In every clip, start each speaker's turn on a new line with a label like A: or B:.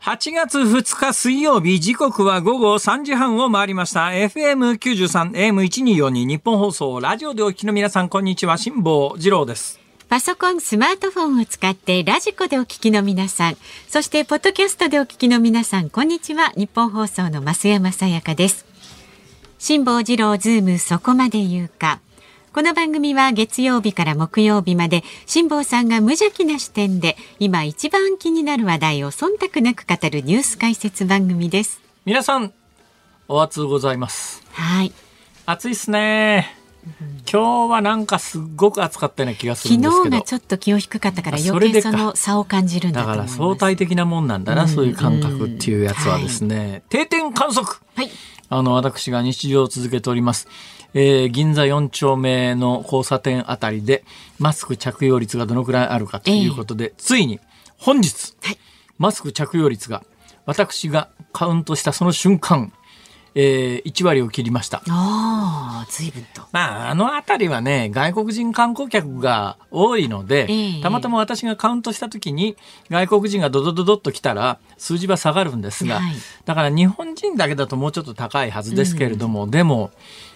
A: 8月2日水曜日、時刻は午後3時半を回りました。FM93、AM1242 日本放送、ラジオでお聞きの皆さん、こんにちは。辛坊治郎です。
B: パソコン、スマートフォンを使ってラジコでお聞きの皆さん、そしてポッドキャストでお聞きの皆さん、こんにちは。日本放送の増山さやかです。辛坊治郎ズームそこまで言うか。この番組は月曜日から木曜日まで辛坊さんが無邪気な視点で今一番気になる話題を忖度なく語るニュース解説番組です。
A: 皆さんお暑うございます。
B: はい、
A: 暑いっすね。今日はなんかすっごく暑かったような気がするんですけど、
B: 昨日がちょっと気温低かったから余計その差を感じるんだと思います。
A: だから相対的なもんなんだな、そういう感覚っていうやつはですね、定点観測、はい、私が日常を続けております銀座4丁目の交差点あたりでマスク着用率がどのくらいあるかということで、ついに本日、はい、マスク着用率が私がカウントしたその瞬間、1割を切りました。
B: 随分と。
A: あのあたりはね、外国人観光客が多いので、たまたま私がカウントした時に外国人がドドドドッと来たら数字は下がるんですが、はい、だから日本人だけだともうちょっと高いはずですけれども、でも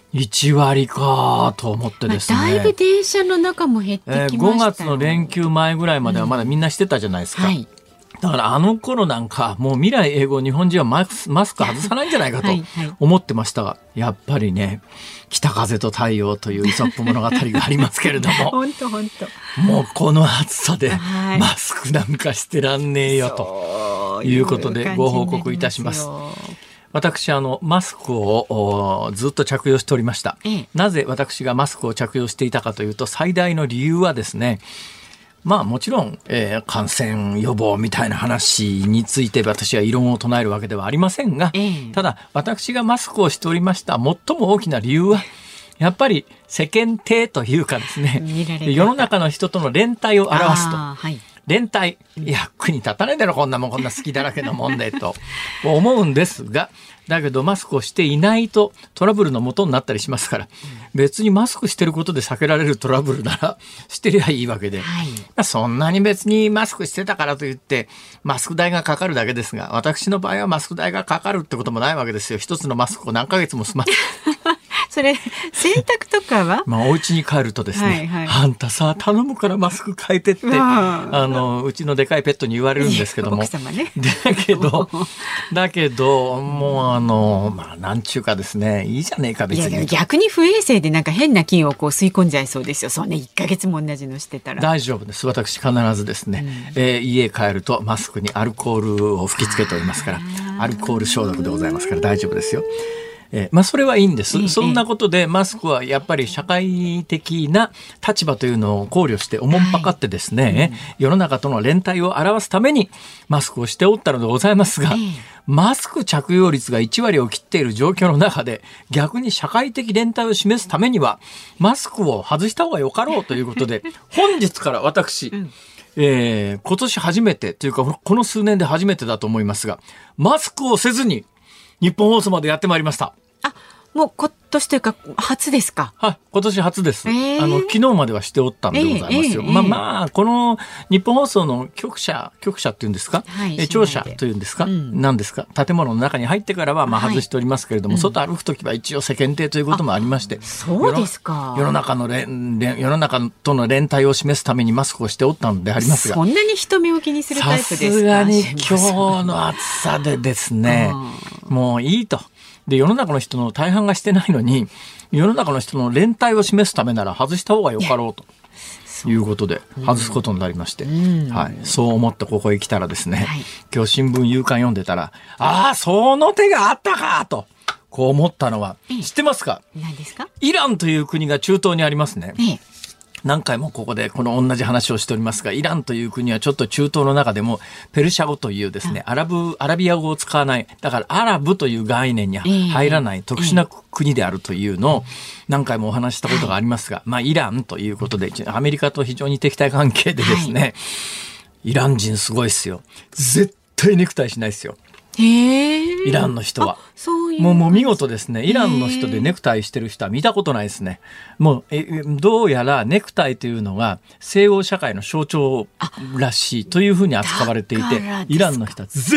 A: 1割かと思ってですね、
B: だいぶ電車の中も減ってきましたよ。
A: 5月の連休前ぐらいまではまだみんなしてたじゃないですか、はい、だからあの頃なんかもう未来永劫日本人はマスク外さないんじゃないかと思ってましたが、やっぱりね、北風と太陽というイソップ物語がありますけれども
B: 本当
A: もうこの暑さでマスクなんかしてらんねえよということでご報告いたします。私マスクをずっと着用しておりました、なぜ私がマスクを着用していたかというと、最大の理由はですね、もちろん、感染予防みたいな話について私は異論を唱えるわけではありませんが、ただ私がマスクをしておりました最も大きな理由はやっぱり世間体というかですね、世の中の人との連帯を表すと、連帯、いや苦に立たないだろこんなもん、こんな好きだらけのもんでと思うんですが、だけどマスクをしていないとトラブルの元になったりしますから、別にマスクしてることで避けられるトラブルならしてりゃいいわけで、そんなに別にマスクしてたからといってマスク代がかかるだけですが、私の場合はマスク代がかかるってこともないわけですよ。一つのマスクを何ヶ月も済ます
B: それ洗濯とかは
A: お家に帰るとですね、あんたさ頼むからマスク変えてってうちのでかいペットに言われるんですけども、
B: 奥様ね、
A: だけどもうなんちゅうかですね、いいじゃねえか別に。
B: 逆に不衛生でなんか変な菌をこう吸い込んじゃいそうですよ。そんな1ヶ月も同じのしてたら。
A: 大丈夫です。私必ずですね、家帰るとマスクにアルコールを吹きつけておりますから、アルコール消毒でございますから大丈夫ですよ。それはいいんです。そんなことでマスクはやっぱり社会的な立場というのを考慮しておもんぱかってですね、世の中との連帯を表すためにマスクをしておったのでございますが、マスク着用率が1割を切っている状況の中で逆に社会的連帯を示すためにはマスクを外した方がよかろうということで本日から私、今年初めてというかこの数年で初めてだと思いますが、マスクをせずに日本放送までやってまいりました。
B: もう今年というか初ですか。
A: はい、今年初です。昨日まではしておったんでございますよ。この日本放送の局舎っていうんですか、庁舎というんですか、何ですか、建物の中に入ってからは外しておりますけれども、外歩くときは一応世間体ということもありまして、
B: そうですか。
A: 世の中との連帯を示すためにマスクをしておったのでありますが、
B: そんなに人目を気にするタイプですか。
A: さすがに今日の暑さでですね、もういいと。で、世の中の人の大半がしてないのに、世の中の人の連帯を示すためなら外した方がよかろうということで外すことになりまして、そう思ってここへ来たらですね、今日新聞夕刊読んでたら、その手があったかとこう思ったのは、知ってますか？
B: 何ですか？
A: イランという国が中東にありますね。何回もここでこの同じ話をしておりますが、イランという国はちょっと中東の中でもペルシャ語というですね、アラビア語を使わない、だからアラブという概念に入らない特殊な国であるというのを何回もお話したことがありますが、イランということでアメリカと非常に敵対関係でですね、イラン人すごいですよ。絶対ネクタイしないですよ。イランの人はもう見事ですね。イランの人でネクタイしてる人は見たことないですね。もうどうやらネクタイというのが西欧社会の象徴らしいというふうに扱われていて、イランの人は絶対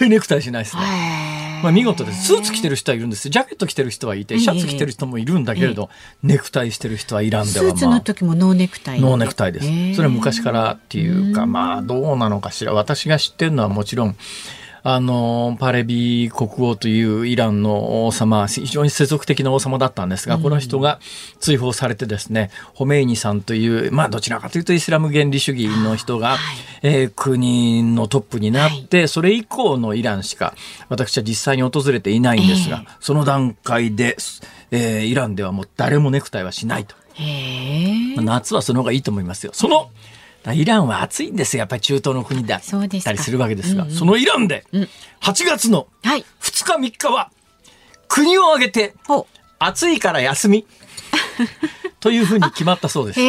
A: 対ネクタイしないですね。見事です。スーツ着てる人はいるんです。ジャケット着てる人はいて、シャツ着てる人もいるんだけれど、ネクタイしてる人はイランでは、
B: スーツの時もノーネクタイ。
A: ノーネクタイです。それは昔からっていうか、どうなのかしら。私が知ってるのはもちろんパレビ国王というイランの王様、非常に世俗的な王様だったんですが、この人が追放されてですね、ホメイニさんという、どちらかというとイスラム原理主義の人が、国のトップになって、それ以降のイランしか私は実際に訪れていないんですが、その段階で、イランではもう誰もネクタイはしないと。夏はその方がいいと思いますよ。イランは暑いんですよ。やっぱり中東の国だったりするわけですが、そのイランで8月の2日3日は国を挙げて暑いから休みというふうに決まったそうです。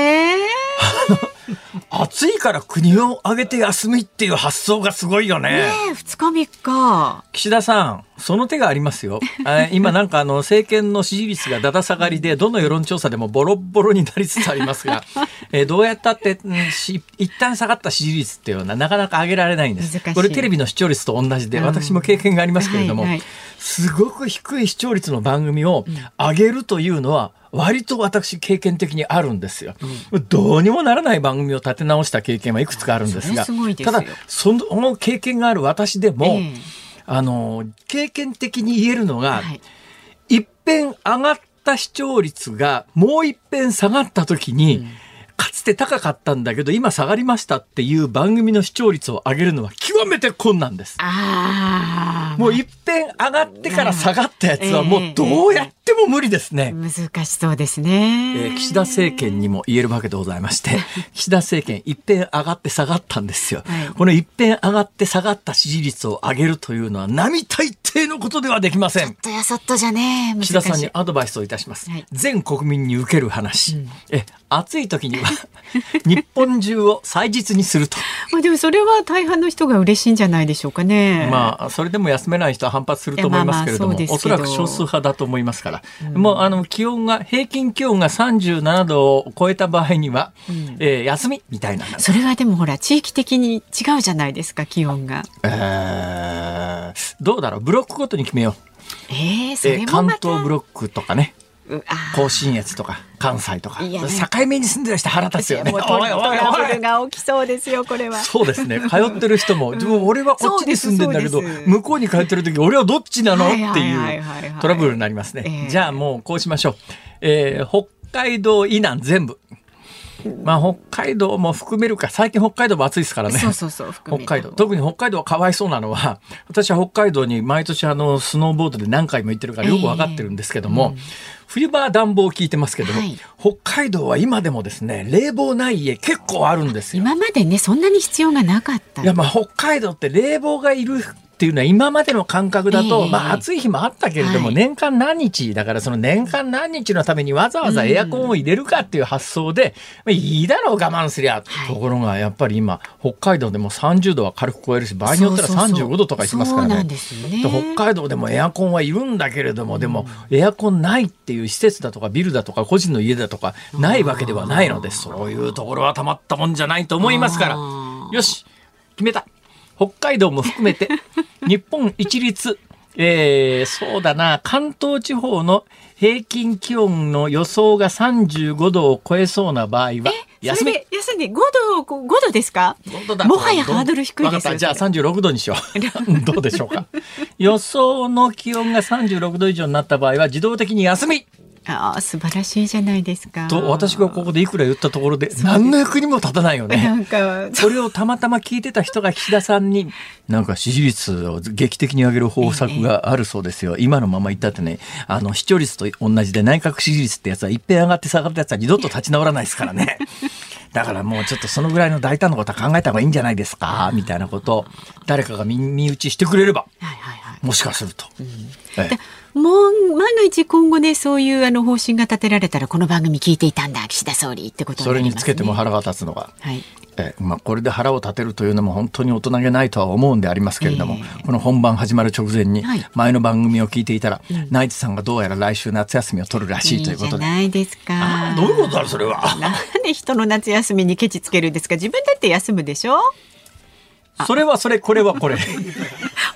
A: 暑いから国を挙げて休みっていう発想がすごいよね。
B: 2日3日。
A: 岸田さん、その手がありますよ。今政権の支持率がだだ下がりで、どの世論調査でもボロボロになりつつありますが、どうやったって、一旦下がった支持率っていうのはなかなか上げられないんです。これテレビの視聴率と同じで、私も経験がありますけれども、すごく低い視聴率の番組を上げるというのは、割と私経験的にあるんですよ。どうにもならない番組を立て直した経験はいくつかあるんですが、ただその経験がある私でも、経験的に言えるのが、一遍上がった視聴率がもう一遍下がった時に、かつて高かったんだけど今下がりましたっていう番組の視聴率を上げるのは極めて困難です。もう一遍上がってから下がったやつはもうどうやっても無理ですね。
B: 難しそうですね。
A: 岸田政権にも言えるわけでございまして、岸田政権一遍上がって下がったんですよ。この一遍上がって下がった支持率を上げるというのは並大抵のことではできません。
B: ちょっとやそっとじゃね、難しい。
A: 岸田さんにアドバイスをいたします。全国民に受ける話。暑い時には日本中を祭日にすると。
B: でもそれは大半の人が嬉しいんじゃないでしょうかね。
A: それでも休めない人は反発すると思いますけれども、おそらく少数派だと思いますから、もう平均気温が37度を超えた場合には、休みみたいな。
B: それはでもほら地域的に違うじゃないですか、気温が。
A: どうだろう、ブロックごとに決めよう。それもまた関東ブロックとかね、甲信越とか関西とか、境目に住んでる人腹立つよね。
B: トラブルが起きそうですよ、これは。
A: そうですね。通ってる人も、でも俺はこっちに住んでんだけど、向こうに通ってる時俺はどっちなのっていうトラブルになりますね。じゃあもうこうしましょう。北海道以南全部。北海道も含めるか。最近北海道も暑いですからね。北海道、特に北海道はかわいそうなのは、私は北海道に毎年スノーボードで何回も行ってるからよく分かってるんですけども、冬場は暖房を効いてますけども、北海道は今でもですね、冷房ない家結構あるんですよ。
B: 今までね、そんなに必要がなかった。
A: 北海道って冷房がいるっていうのは今までの感覚だと、暑い日もあったけれども、年間何日だから、その年間何日のためにわざわざエアコンを入れるかっていう発想で、いいだろう我慢すりゃ、ところがやっぱり今北海道でも30度は軽く超えるし、場合によったら35度とかいきますからね。北海道でもエアコンはいるんだけれども、でもエアコンないっていう施設だとかビルだとか個人の家だとかないわけではないので、そういうところはたまったもんじゃないと思いますから、よし決めた。北海道も含めて日本一律、そうだな、関東地方の平均気温の予想が35度を超えそうな場合は休み。
B: 休んで5度ですか？もはやハードル低いですよ。
A: じゃあ36度にしよう。どうでしょうか。予想の気温が36度以上になった場合は自動的に休み。
B: 素晴らしいじゃないですか。
A: と私がここでいくら言ったところで何の役にも立たないよね。それをたまたま聞いてた人が岸田さんに支持率を劇的に上げる方策があるそうですよ。今のまま言ったってね、視聴率と同じで内閣支持率ってやつは一遍上がって下がったやつは二度と立ち直らないですからね。だからもうちょっとそのぐらいの大胆なことは考えた方がいいんじゃないですかみたいなことを誰かが耳打ちしてくれれば、もしかすると、
B: もう万が一今後ね、そういう方針が立てられたら、この番組聞いていたんだ岸田総理ってことになりますね。
A: それにつけても腹が立つのが、これで腹を立てるというのも本当に大人げないとは思うんでありますけれども、この本番始まる直前に前の番組を聞いていたら、ナイツさんがどうやら来週夏休みを取るらしいということで。
B: いいじゃないですか。
A: どういうことだろうそれは。
B: なんで人の夏休みにケチつけるんですか。自分だって休むでしょ。
A: それはそれ、これはこれ。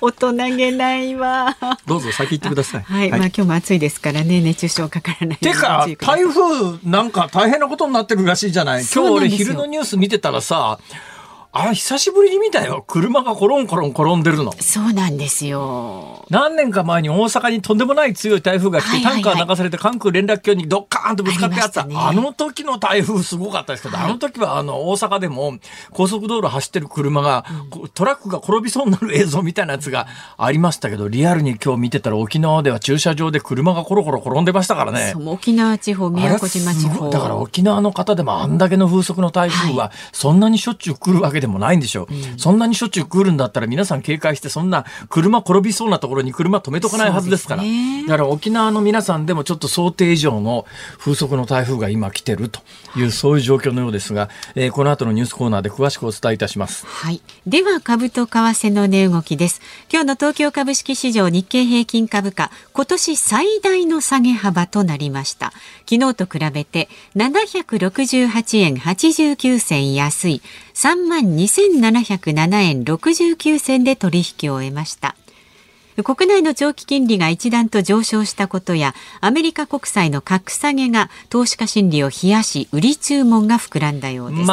B: 大人げないわ。
A: どうぞ先行ってください。
B: はい、まあ今日も暑いですからね、熱中症かからないように。
A: てか台風なんか大変なことになってるらしいじゃない。今日俺昼のニュース見てたらさ、久しぶりに見たよ。車がコロンコロン転んでるの。
B: そうなんですよ。
A: 何年か前に大阪にとんでもない強い台風が来て、タンカー流されて関空連絡橋にドッカーンとぶつかってやった。あの時の台風すごかったですけど、あの時は大阪でも高速道路走ってる車が、トラックが転びそうになる映像みたいなやつがありましたけど、リアルに今日見てたら沖縄では駐車場で車がコロコロ転んでましたからね。
B: そう沖縄地方、宮古島地方。
A: だから沖縄の方でもあんだけの風速の台風はそんなにしょっちゅう来るわけでもないんでしょう。そんなにしょっちゅう来るんだったら皆さん警戒して、そんな車転びそうなところに車止めとかないはずですから。だから沖縄の皆さんでもちょっと想定以上の風速の台風が今来てるという、そういう状況のようですが、この後のニュースコーナーで詳しくお伝えいたします。
B: はい。では株と為替の値動きです。今日の東京株式市場日経平均株価、今年最大の下げ幅となりました。昨日と比べて768円89銭安い 32,707 円69銭で取引を終えました。国内の長期金利が一段と上昇したことや、アメリカ国債の格下げが投資家心理を冷やし、売り注文が膨らんだようです。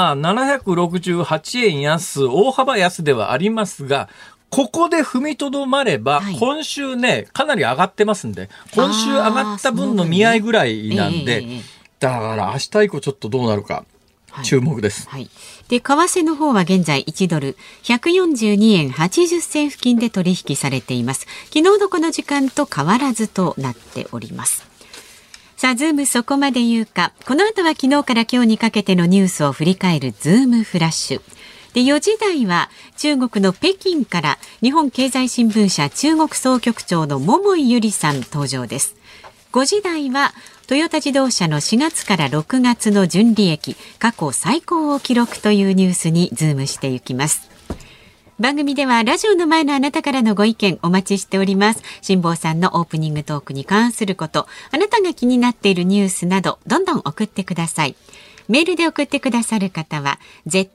A: 768円安、大幅安ではありますが、ここで踏みとどまれば、今週ね、かなり上がってますんで、今週上がった分の見合いぐらいなんで、だから明日以降ちょっとどうなるか。注目です。
B: はい。で、為替の方は現在1ドル142円80銭付近で取引されています。昨日のこの時間と変わらずとなっております。さあ、ズームそこまで言うか。この後は昨日から今日にかけてのニュースを振り返るズームフラッシュ。で、4時台は中国の北京から日本経済新聞社中国総局長の桃井由里さん登場です。5時台はトヨタ自動車の4月から6月の純利益過去最高を記録というニュースにズームしていきます。番組ではラジオの前のあなたからのご意見お待ちしております。辛坊さんのオープニングトークに関すること、あなたが気になっているニュースなどどんどん送ってください。メールで送ってくださる方は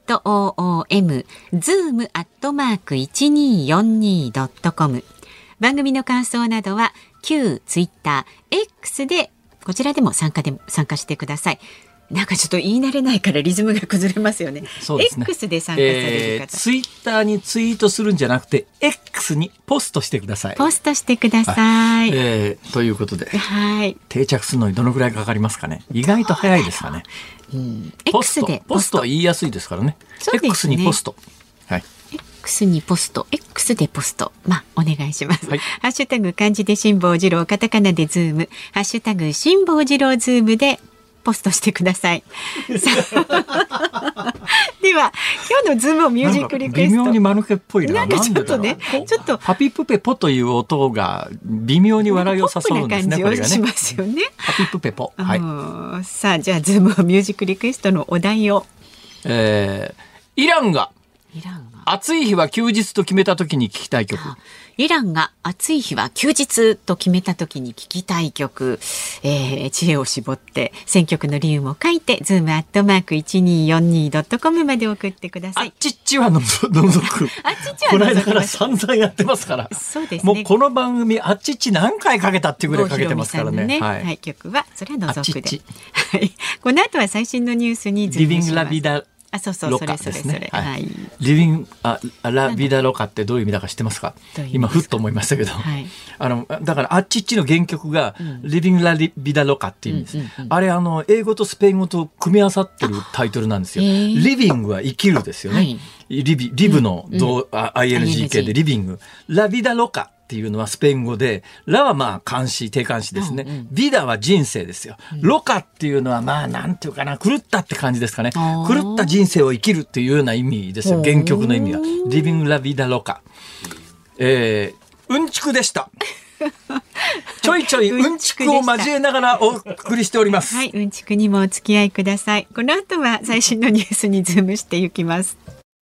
B: zoom@1242.com、 番組の感想などは旧ツイッター X でこちらでも参加してください。なんかちょっと言い慣れないからリズムが崩れますよね。
A: そうですね。
B: X で参加される方、
A: ツイッターにツイートするんじゃなくて X にポストしてください。
B: ポストしてください。
A: ということで、
B: はい、
A: 定着するのにどのくらいかかりますかね。意外と早いですかね。ポストは言いやすいですからね。X にポスト。はい。
B: X にポスト、X でポスト、お願いします。はい、ハッシュタグ漢字で辛坊治郎、カタカナでズーム、ハッシュタグ辛坊治郎ズームでポストしてください。では今日のズームをミュージックリクエスト、
A: 微妙に間抜けっぽいな。
B: なんかちょっとね、ちょっと
A: ハピプペポという音が微妙に笑いを誘うんですね。
B: ポップな感じをしますよね。
A: ハピプペポ。はい。
B: さあ、じゃあズームをミュージックリクエストのお題を、
A: イランが暑い日は休日と決めたときに聞きたい曲。
B: イランが暑い日は休日と決めたときに聞きたい曲、知恵を絞って選曲の理由も書いて zoom@1242.com まで送ってください。
A: あっちっちは除く。この間から散々やってますから。
B: そうですね。
A: もうこの番組あっちっち何回かけたっていうぐらいかけてますからね。
B: はい、曲はそれは除くで。はい。この後は最新のニュースにズームします。
A: リビングラビダ
B: そうそれ。
A: はい。リビングラビダロカってどういう意味だか知ってますか？今ふっと思いましたけど、はい、だからあっちっちの原曲がリビングラビダロカっていう意味です。あれ英語とスペイン語と組み合わさってるタイトルなんですよ。リビングは生きるですよね。はい、リブのING 形でリビング、ラビダロカっていうのはスペイン語で、ラは漢詞、定冠詞ですね。ビダは人生ですよ。ロカっていうのはなんていうかな、狂ったって感じですかね。狂った人生を生きるっていうような意味ですよ。原曲の意味は。リビングラビダロカ。うんちくでした。ちょいちょいうんちくを交えながらお送りしております。
B: はい、うんちくにもお付き合いください。この後は最新のニュースにズームしていきます。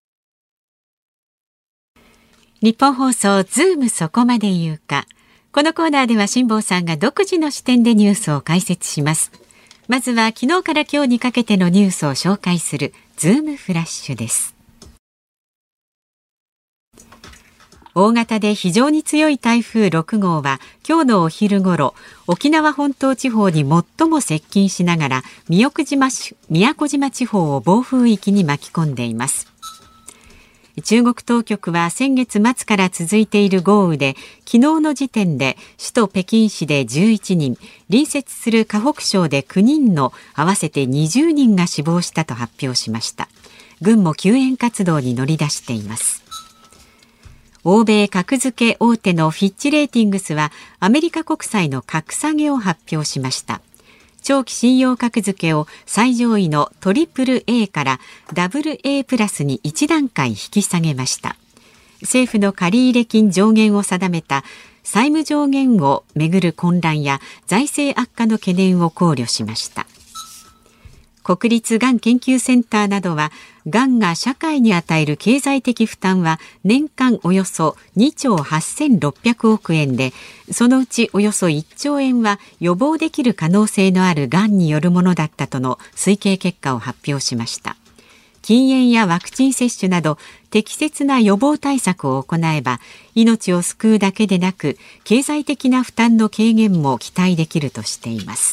B: 日本放送ズームそこまで言うか。このコーナーでは辛坊さんが独自の視点でニュースを解説します。まずは昨日から今日にかけてのニュースを紹介するズームフラッシュです。 大型で非常に強い台風6号は今日のお昼ごろ、沖縄本島地方に最も接近しながら宮古島地方を暴風域に巻き込んでいます。中国当局は先月末から続いている豪雨で、昨日の時点で首都北京市で11人、隣接する河北省で9人の合わせて20人が死亡したと発表しました。軍も救援活動に乗り出しています。欧米格付け大手のフィッチレーティングスはアメリカ国債の格下げを発表しました。長期信用格付けを最上位の AAA から AA プラスに1段階引き下げました。政府の借入金上限を定めた債務上限をめぐる混乱や財政悪化の懸念を考慮しました。国立がん研究センターなどは、がんが社会に与える経済的負担は年間およそ2兆8600億円で、そのうちおよそ1兆円は予防できる可能性のあるがんによるものだったとの推計結果を発表しました。禁煙やワクチン接種など適切な予防対策を行えば、命を救うだけでなく経済的な負担の軽減も期待できるとしています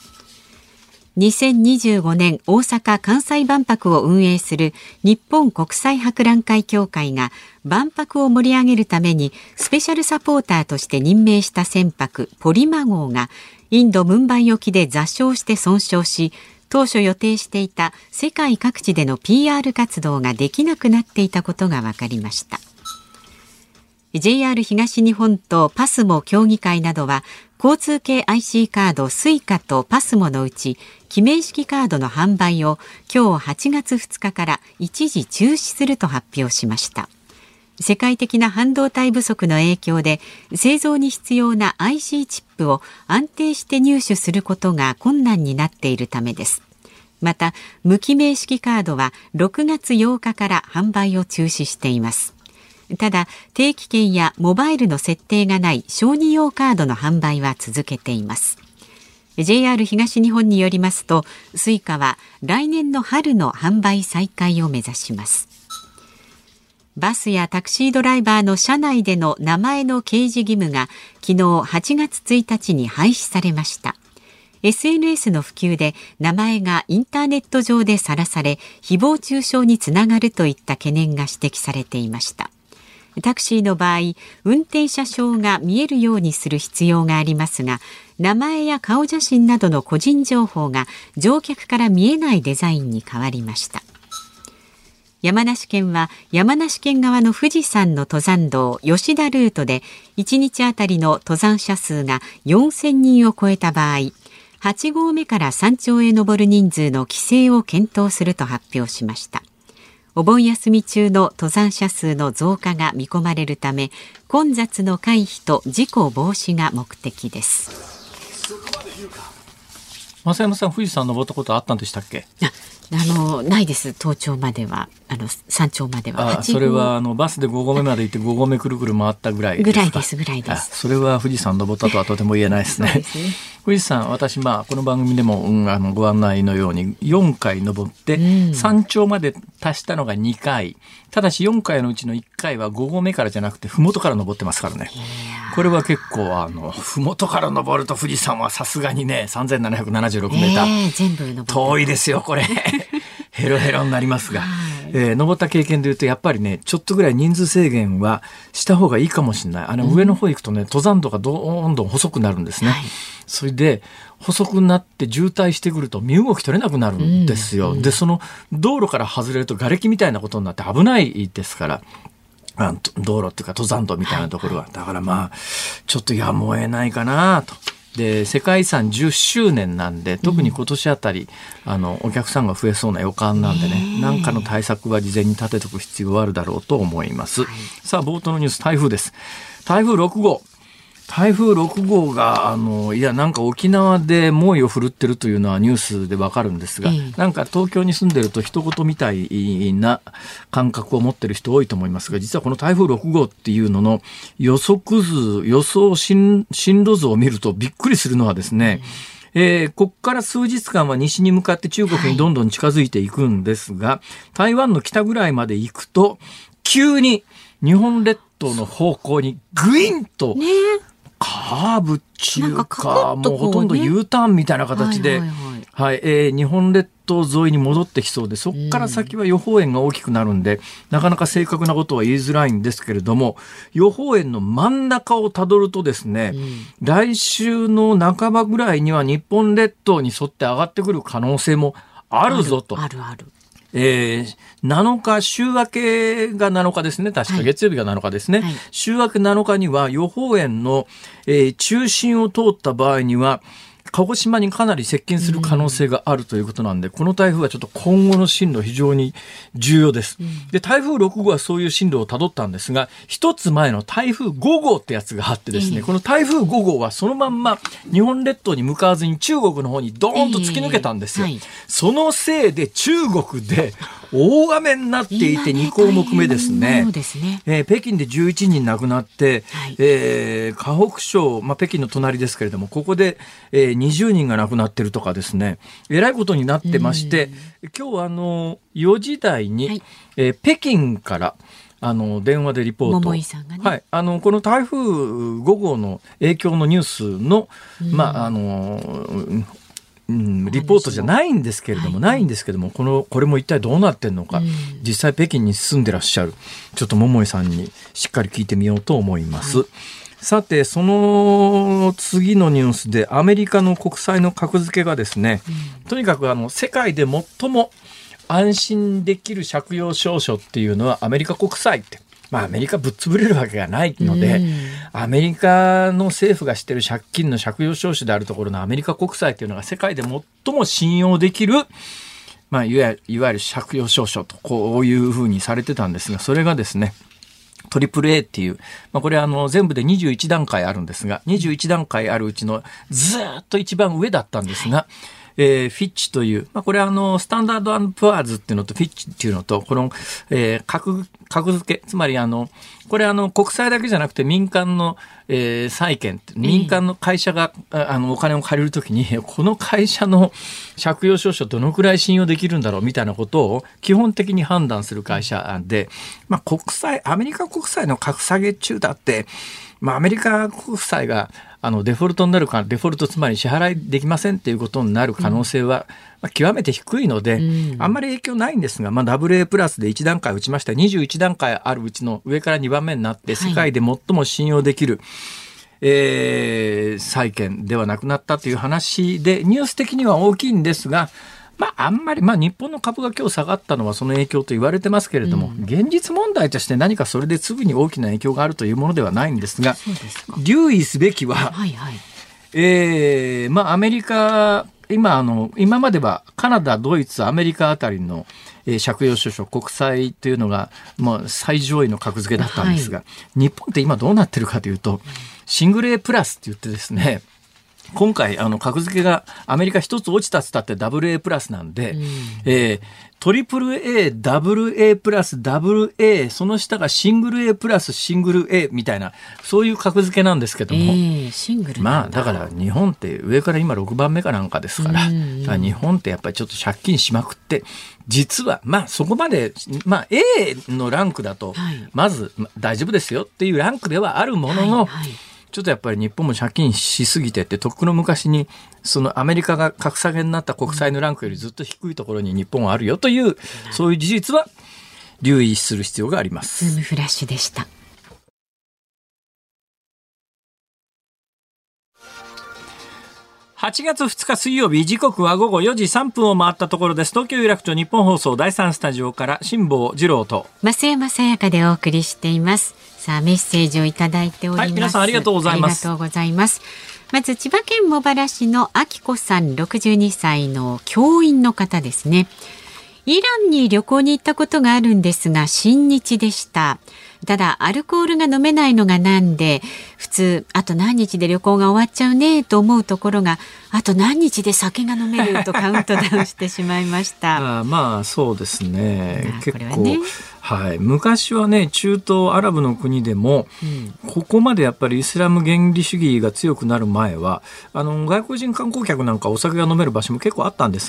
B: 。2025年大阪・関西万博を運営する日本国際博覧会協会が、万博を盛り上げるためにスペシャルサポーターとして任命した船舶ポリマ号がインド・ムンバイ沖で座礁して損傷し、当初予定していた世界各地での PR 活動ができなくなっていたことが分かりました。JR 東日本とパスモ協議会などは、交通系 IC カードスイカとパスモのうち記名式カードの販売を今日8月2日から一時中止すると発表しました。世界的な半導体不足の影響で、製造に必要な IC チップを安定して入手することが困難になっているためです。また、無記名式カードは6月8日から販売を中止しています。ただ、定期券やモバイルの設定がない小児用カードの販売は続けています。JR 東日本によりますと、スイカは来年の春の販売再開を目指します。バスやタクシードライバーの車内での名前の掲示義務が昨日8月1日に廃止されました。SNS の普及で名前がインターネット上でさらされ、誹謗中傷につながるといった懸念が指摘されていました。タクシーの場合、運転者証が見えるようにする必要がありますが、名前や顔写真などの個人情報が乗客から見えないデザインに変わりました。山梨県は山梨県側の富士山の登山道吉田ルートで1日あたりの登山者数が4000人を超えた場合、8合目から山頂へ登る人数の規制を検討すると発表しました。お盆休み中の登山者数の増加が見込まれるため、混雑の回避と事故防止が目的です。
A: 増山さん、富士山登ったことあったんでしたっけ？
B: ないです。登頂までは、山頂までは。
A: それはバスで5合目まで行って5合目くるくる回ったぐらいですか？
B: ぐらいです。
A: それは富士山登ったとはとても言えないですね。
B: そうですね。
A: 富士山、私、この番組でも、ご案内のように4回登って、山頂まで達したのが2回。ただし4回のうちの1回は5合目からじゃなくて、ふもとから登ってますからね。これは結構、ふもとから登ると富士山はさすがにね、3776メーター。
B: 全部登って
A: 遠いですよ、これ。ヘロヘロになりますが、登った経験でいうとやっぱりね、ちょっとぐらい人数制限はした方がいいかもしれない。上の方行くとね、登山道がどんどん細くなるんですね。それで細くなって渋滞してくると身動き取れなくなるんですよ。で、その道路から外れると瓦礫みたいなことになって危ないですから。道路っていうか登山道みたいなところは、だからちょっとやむを得ないかなと。で、世界遺産10周年なんで、特に今年あたり、お客さんが増えそうな予感なんでね、何かの対策は事前に立てておく必要があるだろうと思います。さあ、冒頭のニュース、台風です。台風6号。台風6号が、なんか沖縄で猛威を振るってるというのはニュースでわかるんですが、なんか東京に住んでると人事みたいな感覚を持ってる人多いと思いますが、実はこの台風6号っていうのの予想進路図を見るとびっくりするのはですね、こっから数日間は西に向かって中国にどんどん近づいていくんですが、台湾の北ぐらいまで行くと、急に日本列島の方向にグインと、カーブっていうか、もうほとんど U ターンみたいな形で、日本列島沿いに戻ってきそうで、そこから先は予報円が大きくなるんで、なかなか正確なことは言いづらいんですけれども、予報円の真ん中をたどるとですね、来週の半ばぐらいには日本列島に沿って上がってくる可能性もあるぞと。
B: あるある。
A: 7日、週明けが7日ですね。確か月曜日が7日ですね。週明け7日には予報円の、中心を通った場合には、鹿児島にかなり接近する可能性があるということなんで、この台風はちょっと今後の進路非常に重要です。で、台風6号はそういう進路をたどったんですが、一つ前の台風5号ってやつがあってですね、この台風5号はそのまんま日本列島に向かわずに中国の方にドーンと突き抜けたんですよ。そのせいで中国で大雨になっていて2項目目ですね。北京で11人亡くなって、河北省、北京の隣ですけれども、ここで、20人が亡くなってるとかですね、えらいことになってまして、今日4時台に、北京から電話でリポート、
B: 桃井さんがね、
A: この台風5号の影響のニュースの、リポートじゃないんですけれども、これも一体どうなってんのか、実際北京に住んでらっしゃるちょっと桃井さんにしっかり聞いてみようと思います。さて、その次のニュースでアメリカの国債の格付けがですね、とにかく世界で最も安心できる借用証書っていうのはアメリカ国債って、アメリカぶっ潰れるわけがないので、アメリカの政府がしている借金の借用証書であるところのアメリカ国債というのが世界で最も信用できる、いわゆる借用証書とこういうふうにされてたんですが、それがですね、トリプル A っていう、これ全部で21段階あるんですが、21段階あるうちのずっと一番上だったんですが、フィッチという、これスタンダード&プアーズっていうのとフィッチっていうのと、この、格付け、つまりこれ国債だけじゃなくて民間の、債券、民間の会社がお金を借りるときに、この会社の借用証書どのくらい信用できるんだろうみたいなことを基本的に判断する会社で、アメリカ国債の格下げ中だって、アメリカ国債がデフォルトになるか、デフォルトつまり支払いできませんっていうことになる可能性は、極めて低いので、あんまり影響ないんですが、AA プラスで1段階打ちました21段階あるうちの上から2番目になって、世界で最も信用できる、債券ではなくなったという話で、ニュース的には大きいんですが、あんまり、日本の株が今日下がったのはその影響と言われてますけれども、現実問題として何かそれですぐに大きな影響があるというものではないんですが、留意すべきは、アメリカ、今まではカナダ、ドイツ、アメリカあたりの、借用証書、国債というのが、最上位の格付けだったんですが、日本って今どうなってるかというと、シングル A プラスって言ってですね、今回格付けがアメリカ一つ落ちたっつったってダブル A プラスなんで、トリプル A、ダブル A プラス、ダブル A、その下がシングル A プラス、シングル A みたいな、そういう格付けなんですけども、
B: シングルなんだ。
A: だから日本って上から今6番目かなんかですから、日本ってやっぱりちょっと借金しまくって、実はそこまで、A のランクだと、まず大丈夫ですよっていうランクではあるものの、ちょっとやっぱり日本も借金しすぎてて、とっくの昔にそのアメリカが格下げになった国債のランクよりずっと低いところに日本はあるよという、そういう事実は留意する必要があります。
B: ズームフラッシュでした。
A: 8月2日水曜日、時刻は午後4時3分を回ったところです。東京有楽町日本放送第3スタジオから辛坊治郎と
B: 増山さやかでお送りしています。さあ、メッセージをいただいております。
A: 皆さんありがとうございます。
B: ありがとうございます。まず千葉県茂原市のあきこさん、62歳の教員の方ですね。イランに旅行に行ったことがあるんですが、親日でした。ただアルコールが飲めないのがなんで、普通あと何日で旅行が終わっちゃうねと思うところが、あと何日で酒が飲めるとカウントダウンしてしまいました
A: そうですね、結構、昔はね、中東アラブの国でも、ここまでやっぱりイスラム原理主義が強くなる前は外国人観光客なんかお酒が飲める場所も結構あったんですが、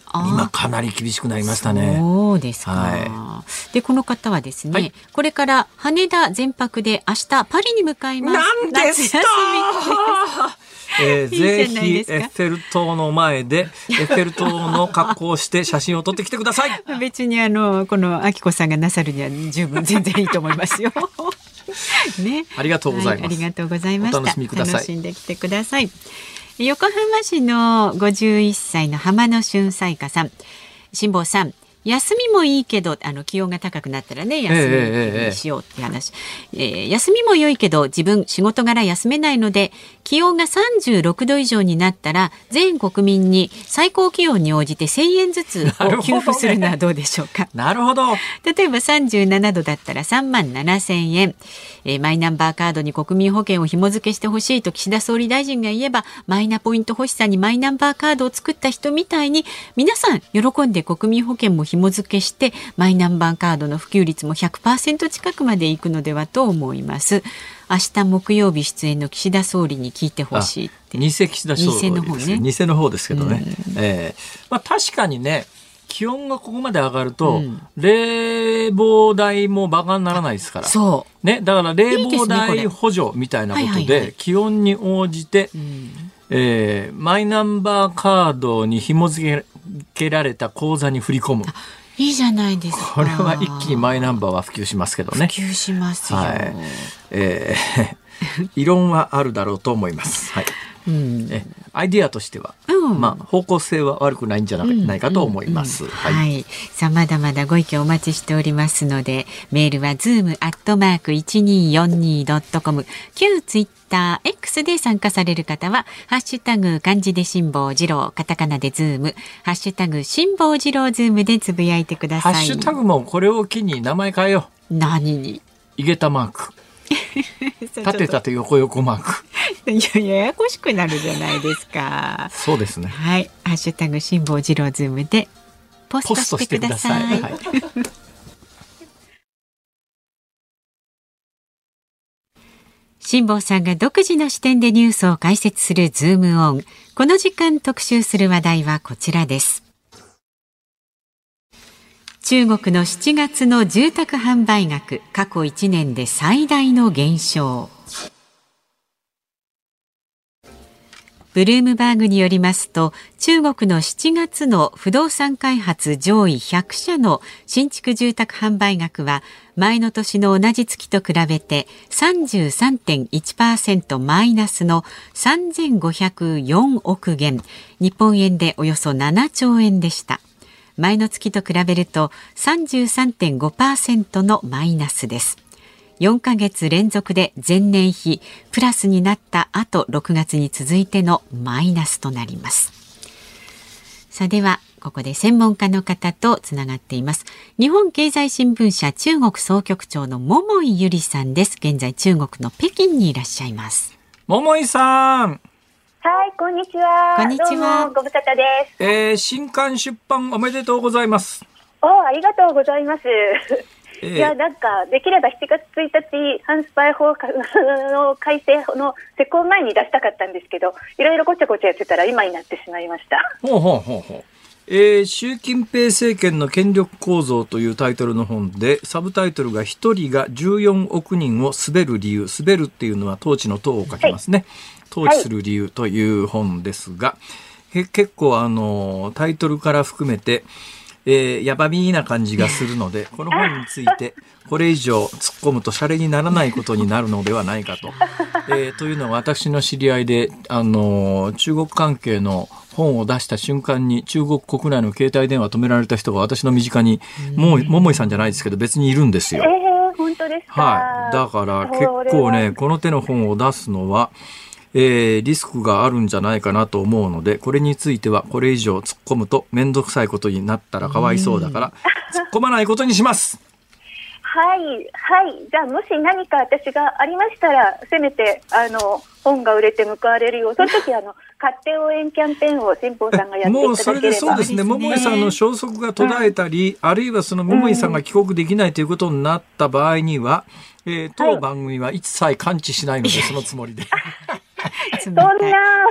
A: 今かなり厳しくなりましたね。
B: そうですか。はい、でこの方はですね、はい、これから羽田全泊で明日パリに向かいます。
A: なんですか。ぜひエッフェル塔の前でエッフェル塔の格好をして写真を撮ってきてください。
B: 別にこのあきこさんがなさるには十分全然いいと思いますよ。ね、
A: ありがとうございます。
B: はい、ありがとうございました。
A: お楽しみください。
B: 楽しんできてください。横浜市の51歳の浜野俊彩花さん、辛坊さん、休みもいいけど気温が高くなったらね休みにしようって話、休みも良いけど自分仕事柄休めないので気温が36度以上になったら全国民に最高気温に応じて1000円ずつを給付するのはどうでしょうか。
A: なるほど。
B: 例えば37度だったら3万7000円、マイナンバーカードに国民保険を紐付けしてほしいと岸田総理大臣が言えばマイナポイント欲しさにマイナンバーカードを作った人みたいに皆さん喜んで国民保険も紐付けしてマイナンバーカードの普及率も 100% 近くまでいくのではと思います。明日木曜日出演の岸田総理に聞いてほしいって。
A: 偽岸田総理ですね。偽の方ですけどね、確かにね気温がここまで上がると、冷房代もバカにならないですから。
B: そう、
A: ね、だから冷房代補助みたいなことで気温に応じて、マイナンバーカードに紐付けられた口座に振り込む。
B: いいじゃないですか。
A: これは一気にマイナンバーは普及しますけどね。
B: 普及しますよ。
A: はい、異論はあるだろうと思います。はい、アイディアとしては、方向性は悪くないんじゃないかと思います。
B: はい。さあまだまだご意見お待ちしておりますので、メールは zoom@1242.com、旧ツイッター X で参加される方はハッシュタグ漢字で辛坊治郎、カタカナでズーム、ハッシュタグ辛坊治郎ズームでつぶやいてください。
A: ハッシュタグもこれを機に名前変えよ
B: う。何に？
A: 井桁マーク。縦縦横横マーク。
B: ややこしくなるじゃないですか。
A: そうですね。
B: はい、ハッシュタグ辛坊治郎ズームでポストしてください。辛坊さんが独自の視点でニュースを解説するズームオン。この時間特集する話題はこちらです。中国の7月の住宅販売額、過去1年で最大の減少。ブルームバーグによりますと、中国の7月の不動産開発上位100社の新築住宅販売額は前の年の同じ月と比べて 33.1% マイナスの3504億元、日本円でおよそ7兆円でした。前の月と比べると 33.5% のマイナスです。4ヶ月連続で前年比プラスになった後、6月に続いてのマイナスとなります。さあではここで専門家の方とつながっています。日本経済新聞社中国総局長の桃井由里さんです。現在中国の北京にいらっしゃいます。
A: 桃井さん。
C: はい、こんにちは。
B: こんにちは。
C: どうもご無沙汰で
A: す。新刊出版おめでとうございます。
C: ありがとうございます。いや、なんかできれば7月1日反スパイ法の改正の施行前に出したかったんですけど、いろいろごちゃごちゃやってたら今になってしまいました。
A: 習近平政権の権力構造というタイトルの本で、サブタイトルが一人が14億人を滑る理由。滑るっていうのは統治の統を書きますね。統治する理由という本ですが、結構タイトルから含めてやばみな感じがするので、この本についてこれ以上突っ込むとシャレにならないことになるのではないかと、というのは私の知り合いで中国関係の本を出した瞬間に中国国内の携帯電話止められた人が私の身近に桃井さんじゃないですけど別にいるんですよ。
C: 本当ですか。
A: はい、だから結構ねこの手の本を出すのはリスクがあるんじゃないかなと思うので、これについてはこれ以上突っ込むと面倒くさいことになったらかわいそうだから突っ込まないことにします。
C: はいはい。じゃあもし何か私がありましたらせめて本が売れて報われるよう、その時買って応援キャンペーンを辛坊さんがやっていただければ。
A: もうそれでそうですね。桃井さんの消息が途絶えたり、あるいはその桃井さんが帰国できないということになった場合には、当番組は一切完治しないのでそのつもりで
C: そんな、ね、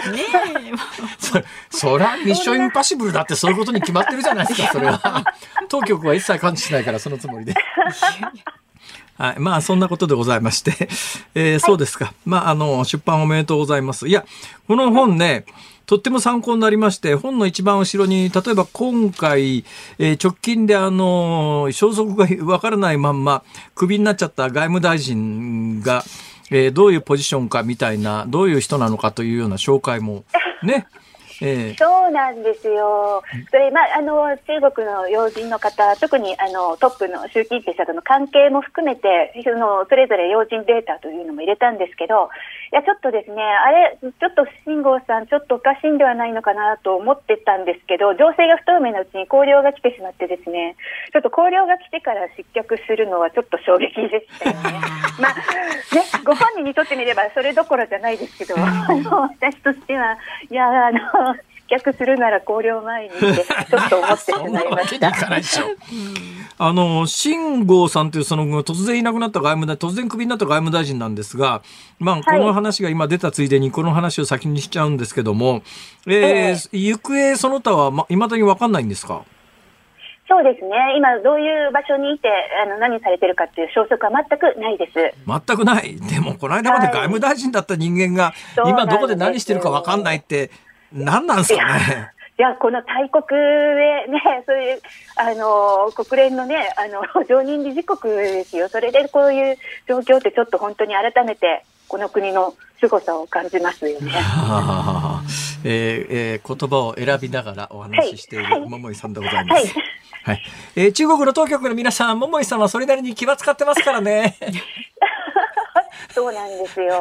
A: そりゃミッションインパッシブルだってそういうことに決まってるじゃないですか、それは。当局は一切感知しないからそのつもりで。はい、まあそんなことでございまして、そうですか。まあ出版おめでとうございます。いや、この本ね、とっても参考になりまして、本の一番後ろに、例えば今回、直近で消息がわからないまんま、クビになっちゃった外務大臣が、どういうポジションかみたいな、どういう人なのかというような紹介も、ね。
C: そうなんですよ。それ、中国の要人の方、特にトップの習近平氏との関係も含めて、それぞれ要人データというのも入れたんですけど、いや、ちょっとですね、ちょっと秦剛さん、ちょっとおかしいんではないのかなと思ってたんですけど、情勢が不透明なうちに綱領が来てしまってですね、ちょっと綱領が来てから失脚するのはちょっと衝撃でしたよね。まあ、ね、ご本人にとってみればそれどころじゃないですけど、私としては、いや、失脚するなら綱領前にってちょっと思ってしまいました。
A: 秦剛さんというその突然いなくなった突然クビになった外務大臣なんですが、まあ、この話が今出たついでにこの話を先にしちゃうんですけども、行方その他は未だに分かんないんですか？
C: そうですね。今どういう場所にいて何されてるかっていう消息は全くないです。
A: 全くない。でもこの間まで外務大臣だった人間が、今どこで何してるか分かんないって何なんですかね。
C: いや、この大国でね、そういう国連のね常任理事国ですよ。それでこういう状況ってちょっと本当に改めてこの国の凄さを感じますよね。
A: 言葉を選びながらお話ししている桃井さんでございます。はいはい、中国の当局の皆さん、桃井さんはそれなりに気は使ってますからね。
C: そうなんですよ。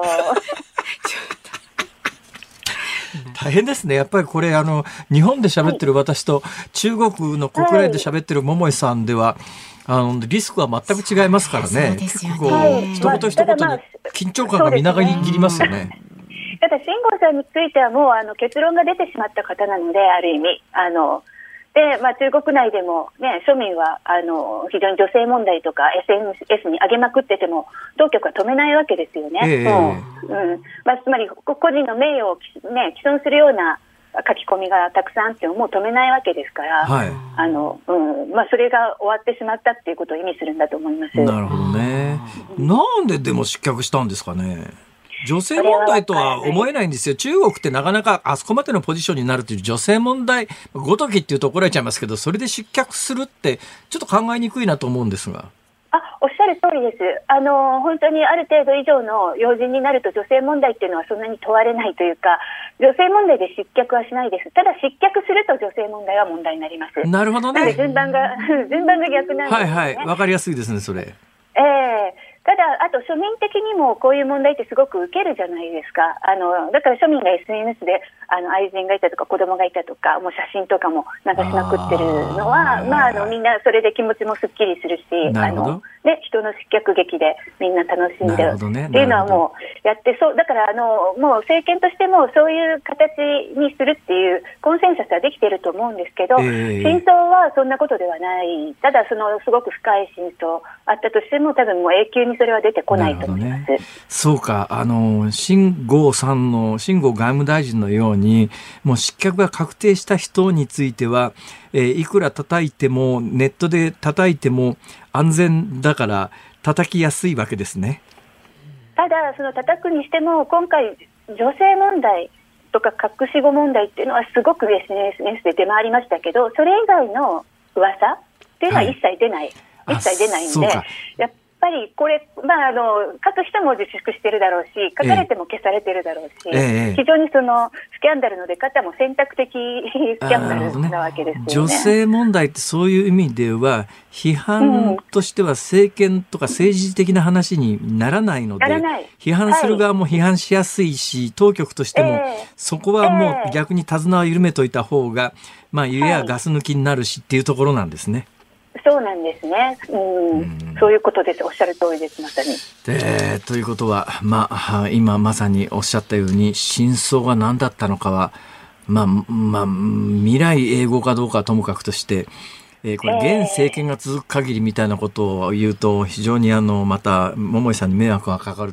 A: 大変ですね。やっぱりこれ日本で喋ってる私と中国の国内で喋ってる桃井さんでは、リスクは全く違いますからね。結構一言一言に緊張感がみなぎりますよね。
C: ただ秦剛さんについてはもう結論が出てしまった方なので、ある意味で、中国内でも、ね、庶民は非常に女性問題とか SNS に上げまくってても当局は止めないわけですよね。つまり個人の名誉を、ね、毀損するような書き込みがたくさんあってももう止めないわけですから、はい、それが終わってしまったっていうことを意味するんだと思います。
A: なるほどね。なんででも失脚したんですかね。女性問題とは思えないんですよ。中国ってなかなかあそこまでのポジションになるという女性問題ごときっていうと怒られちゃいますけど、それで失脚するってちょっと考えにくいなと思うんですが。
C: おっしゃる通りです。本当にある程度以上の要人になると女性問題っていうのはそんなに問われないというか、女性問題で失脚はしないです。ただ失脚すると女性問題は問題になります。
A: なるほどね。
C: 順番が逆なんですね。
A: はいはい。わかりやすいですね、それ。
C: ただ、あと庶民的にもこういう問題ってすごく受けるじゃないですか。だから庶民が SNS で愛人がいたとか子供がいたとか、もう写真とかも流しまくってるのは、みんなそれで気持ちもすっきりするし、人の失脚劇でみんな楽しんでるっていうのはもうやって、そうだからもう政権としてもそういう形にするっていうコンセンサスはできていると思うんですけど、真相はそんなことではない。ただすごく深い真相あったとしても多分もう永久にそれは出てこないと思います。
A: そうか、秦剛外務大臣のようにもう失脚が確定した人については、いくら叩いてもネットで叩いても安全だから叩きやすいわけですね。
C: ただその叩くにしても今回女性問題とか隠し子問題っていうのはすごく SNS で出回りましたけど、それ以外の噂っていうのは一切出ない、一切出ないんで、やっぱりこれ、書く人も自粛してるだろうし、書かれても消されてるだろうし、非常にそのスキャンダルの出方も選択的スキャンダルなわけですよね。
A: 女性問題ってそういう意味では批判としては政権とか政治的な話にならないので、批判する側も批判しやすいし、当局としてもそこはもう逆に手綱を緩めといた方が、湯やガス抜きになるしっていうところなんですね。
C: そうなんですね。そういうことです。おっしゃる通りです。まさに。
A: ということは、今まさにおっしゃったように真相が何だったのかは、未来永劫かどうかはともかくとして、これ現政権が続く限りみたいなことを言うと非常にまた桃井さんに迷惑がかかると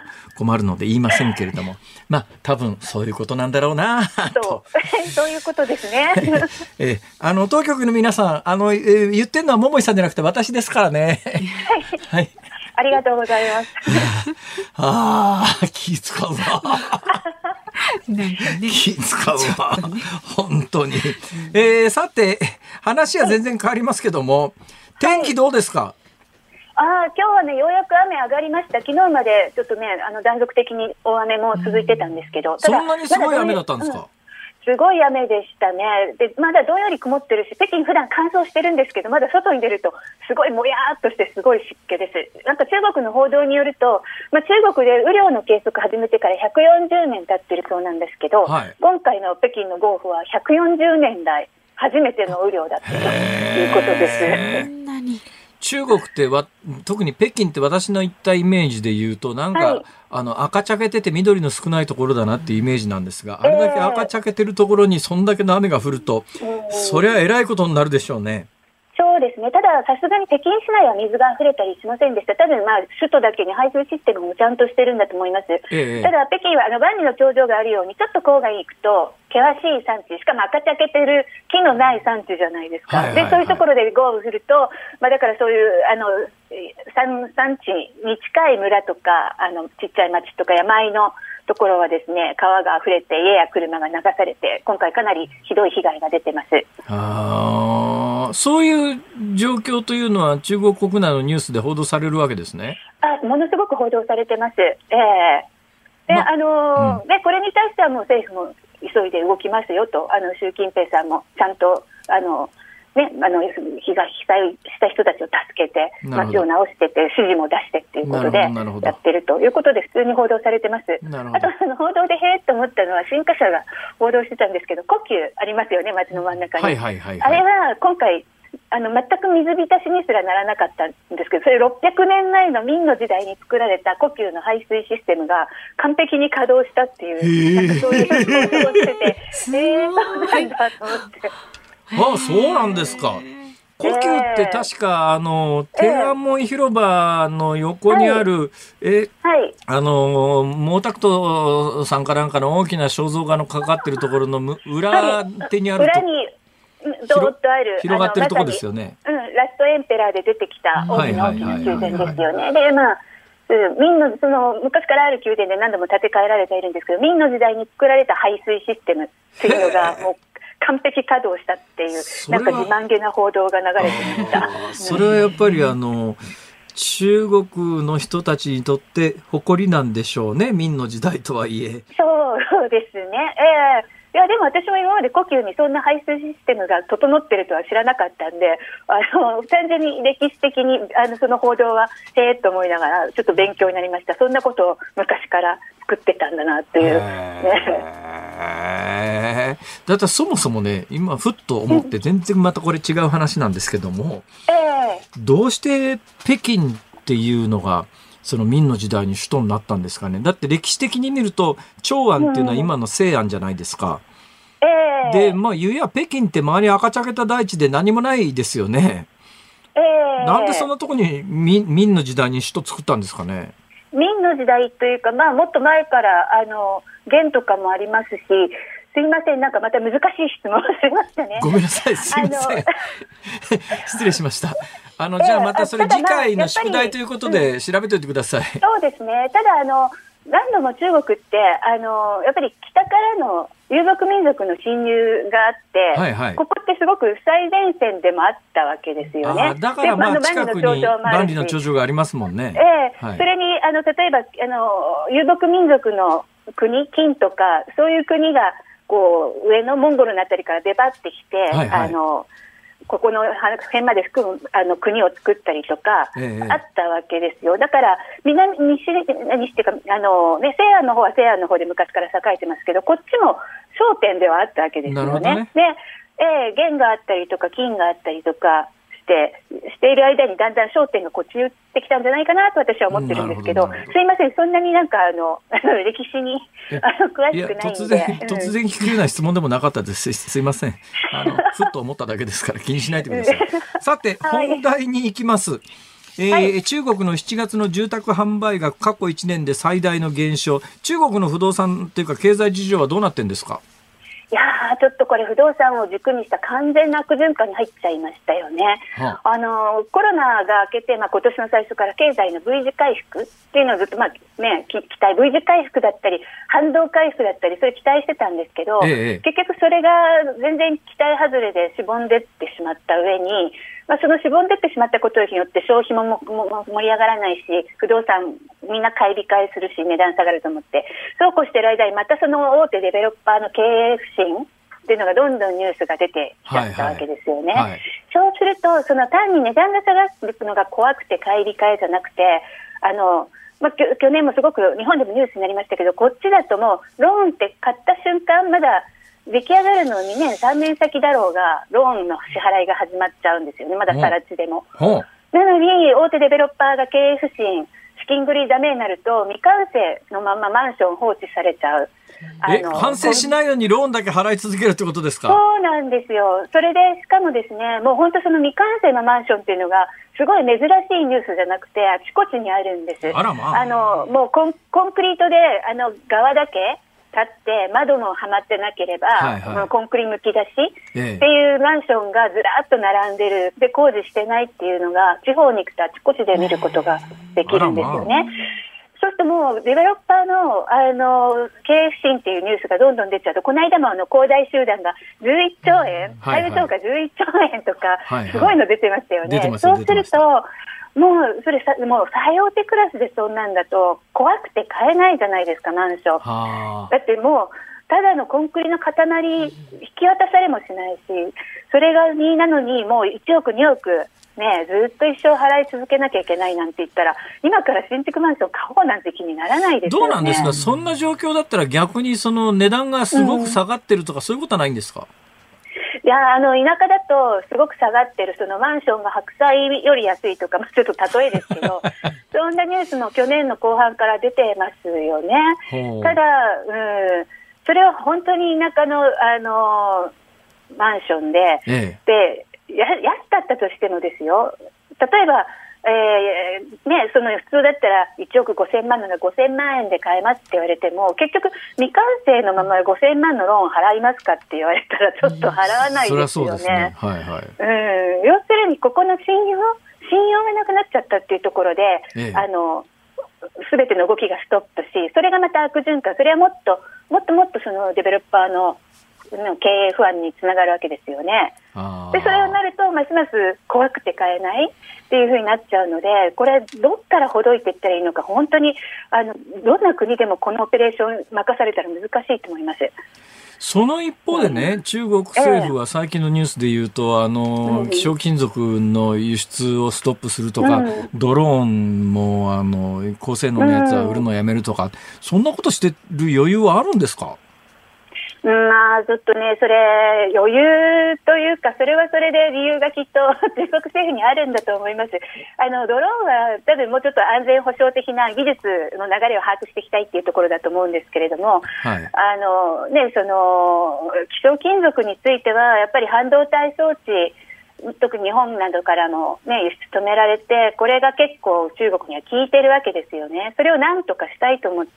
A: 困るので言いませんけれども、まあ多分そういうことなんだろうなと。
C: そういうことですね。
A: 当局の皆さん言ってるのは桃井さんじゃなくて私ですからね。はい。
C: ありがとうございます。
A: 気使うわ。
B: なんかね、
A: 気使うわ。本当に。さて話は全然変わりますけども、天気どうですか？
C: 今日はね、ようやく雨上がりました。昨日までちょっとね、断続的に大雨も続いてたんですけど。
A: そんなにすごい雨だったんですか？
C: すごい雨でしたね。で、まだどんより曇ってるし、北京普段乾燥してるんですけど、まだ外に出るとすごいもやーっとしてすごい湿気です。なんか中国の報道によると、中国で雨量の計測始めてから140年経ってるそうなんですけど、今回の北京の豪雨は140年来初めての雨量だったということです。
A: 中国って特に北京って私の行ったイメージで言うとなんか、赤茶けてて緑の少ないところだなっていうイメージなんですが、あれだけ赤茶けてるところにそんだけの雨が降ると、そりゃえらいことになるでしょうね。
C: そうですね。たださすがに北京市内は水が溢れたりしませんでした。多分首都だけに排水システムもちゃんとしてるんだと思います。ただ北京は万里の長城があるようにちょっと郊外に行くと険しい山地、しかも赤茶けてる木のない山地じゃないですか。でそういうところで豪雨降ると、だからそういう山地に近い村とかちっちゃい町とか山あいのところはですね、川が溢れて家や車が流されて、今回かなりひどい被害が出てます。
A: そういう状況というのは中国国内のニュースで報道されるわけですね。
C: ものすごく報道されてます。でこれに対してはもう政府も急いで動きますよと、習近平さんもちゃんと被災した人たちを助けて街を直してて指示も出してっていうことでやってるということで普通に報道されてます。あと報道でへーっと思ったのは新華社が報道してたんですけど、故宮ありますよね、街の真ん中に。あれは今回全く水浸しにすらならなかったんですけど、それ600年前の明の時代に作られた故宮の排水システムが完璧に稼働したっていう、なんかそういう報道をしててそうなんだと思って。
A: そうなんですか。故宮って確か天安門広場の横にある、毛沢東さんかなんかの大きな肖像画のかかってるところの裏手にあると、
C: 裏にどーっとある
A: 広がってるところですよね。
C: ラストエンペラーで出てきた大きな宮殿ですよね。で明のその昔からある宮殿で何度も建て替えられているんですけど、明の時代に作られた排水システムっていうのがもう完璧稼働したっていう、なんか自慢げな報道が流れてました。
A: それはやっぱり中国の人たちにとって誇りなんでしょうね、明の時代とはいえ。
C: そうですね。いやでも私も今まで故宮にそんな排水システムが整ってるとは知らなかったんで、単純に歴史的にその報道はへーっと思いながらちょっと勉強になりました。そんなことを昔から作ってたんだなっていう、
A: だってそもそもね、今ふっと思って全然またこれ違う話なんですけども、どうして北京っていうのがその明の時代に首都になったんですかね。だって歴史的に見ると長安っていうのは今の西安じゃないですか。で言うや北京って周り赤茶けた大地で何もないですよね。なんでそんなとこに明の時代に首都作ったんですかね。
C: 明の時代というか、もっと前から元とかもありますし、すいません、なんかまた難しい質問をしましたね。
A: ごめんなさい、すいません失礼しましじゃあまたそれ次回の宿題ということで調べておいてください。
C: そうですね。ただ何度も中国ってやっぱり北からの遊牧民族の侵入があって、ここってすごく最前線でもあったわけですよね。
A: だから近くに万里の長城がありますもんね。
C: それに例えば遊牧民族の国、金とかそういう国がこう上のモンゴルのあたりから出張ってきて、ここの辺まで含む国を作ったりとかあったわけですよ。だから西っていうか西安の方は西安の方で昔から栄えてますけど、こっちも商店ではあったわけですよね。で、元があったりとか金があったりとかしている間にだんだん焦点がこっちに移ってきたんじゃないかなと私は思ってるんですけど、すいません、そんなになんか歴史に詳しくないんで。
A: 突然聞くような質問でもなかったです。すいません。ふっと思っただけですから気にしないでください。さて、本題に行きます。
C: はい、
A: 中国の7月の住宅販売額過去1年で最大の減少。中国の不動産というか経済事情はどうなってんですか？
C: いやー、ちょっとこれ不動産を軸にした完全な悪循環に入っちゃいましたよね。コロナが明けて、今年の最初から経済の V 字回復っていうのをずっと、期待 V 字回復だったり反動回復だったりそれ期待してたんですけど、結局それが全然期待外れでしぼんでってしまった上に、そのしぼんでってしまったことによって消費も盛り上がらないし、不動産みんな買い控えするし値段下がると思って、そうこうしている間にまたその大手デベロッパーの経営不振っていうのがどんどんニュースが出てきちゃったわけですよね。そうするとその単に値段が下がっていくのが怖くて買い控えじゃなくて、去年もすごく日本でもニュースになりましたけど、こっちだともうローンって買った瞬間まだ出来上がるの2年3年先だろうがローンの支払いが始まっちゃうんですよね、まださら地でも。なのに大手デベロッパーが経営不振、資金繰りダメになると未完成のままマンション放置されちゃう。
A: 完成しないのにローンだけ払い続けるってことですか？
C: そうなんですよ。それでしかもですね、もう本当その未完成のマンションっていうのがすごい珍しいニュースじゃなくてあちこちにあるんです。
A: あらまあ。
C: もうコンクリートで側だけ立って窓もはまってなければ、コンクリむき出しっていうマンションがずらっと並んでるで工事してないっていうのが地方に行くとあちこちで見ることができるんですよね。そうするともうデベロッパーの、経営不振っていうニュースがどんどん出ちゃうと、この間も恒大集団が11兆円、債務超過11兆円とか、すごいの出てましたよね。そうするともうそれもう最大手クラスでそんなんだと怖くて買えないじゃないですか、マンション。だってもうただのコンクリの塊引き渡されもしないし、それが2なのにもう1億2億ね、ずっと一生払い続けなきゃいけないなんて言ったら今から新築マンション買おうなんて気にならないですよね。
A: どうなんですか、そんな状況だったら逆にその値段がすごく下がってるとか、そういうことはないんですか？
C: いや田舎だとすごく下がってる、そのマンションが白菜より安いとか、ちょっと例えですけどそんなニュースも去年の後半から出てますよね。ただ、それは本当に田舎の、マンションで、で安かったとしてもですよ、例えば、その普通だったら1億5000万なら5000万円で買えますって言われても、結局未完成のまま5000万のローン払いますかって言われたらちょっと払わないですよね。要するにここの信用がなくなっちゃったっていうところで、全ての動きがストップし、それがまた悪循環、それはもっとそのデベロッパーの経営不安につながるわけですよね。でそれになるとますます怖くて買えないっていう風になっちゃうので、これどっからほどいていったらいいのか、本当にどんな国でもこのオペレーション任されたら難しいと思います。
A: その一方でね、中国政府は最近のニュースで言うと、希少金属の輸出をストップするとか、ドローンも高性能のやつは売るのをやめるとか、そんなことしてる余裕はあるんですか？
C: ちょっとね、それ余裕というか、それはそれで理由がきっと中国政府にあるんだと思います。ドローンは多分もうちょっと安全保障的な技術の流れを把握していきたいっていうところだと思うんですけれども、その希少金属についてはやっぱり半導体装置、特に日本などからも、輸出止められて、これが結構中国には効いてるわけですよね。それをなんとかしたいと思って、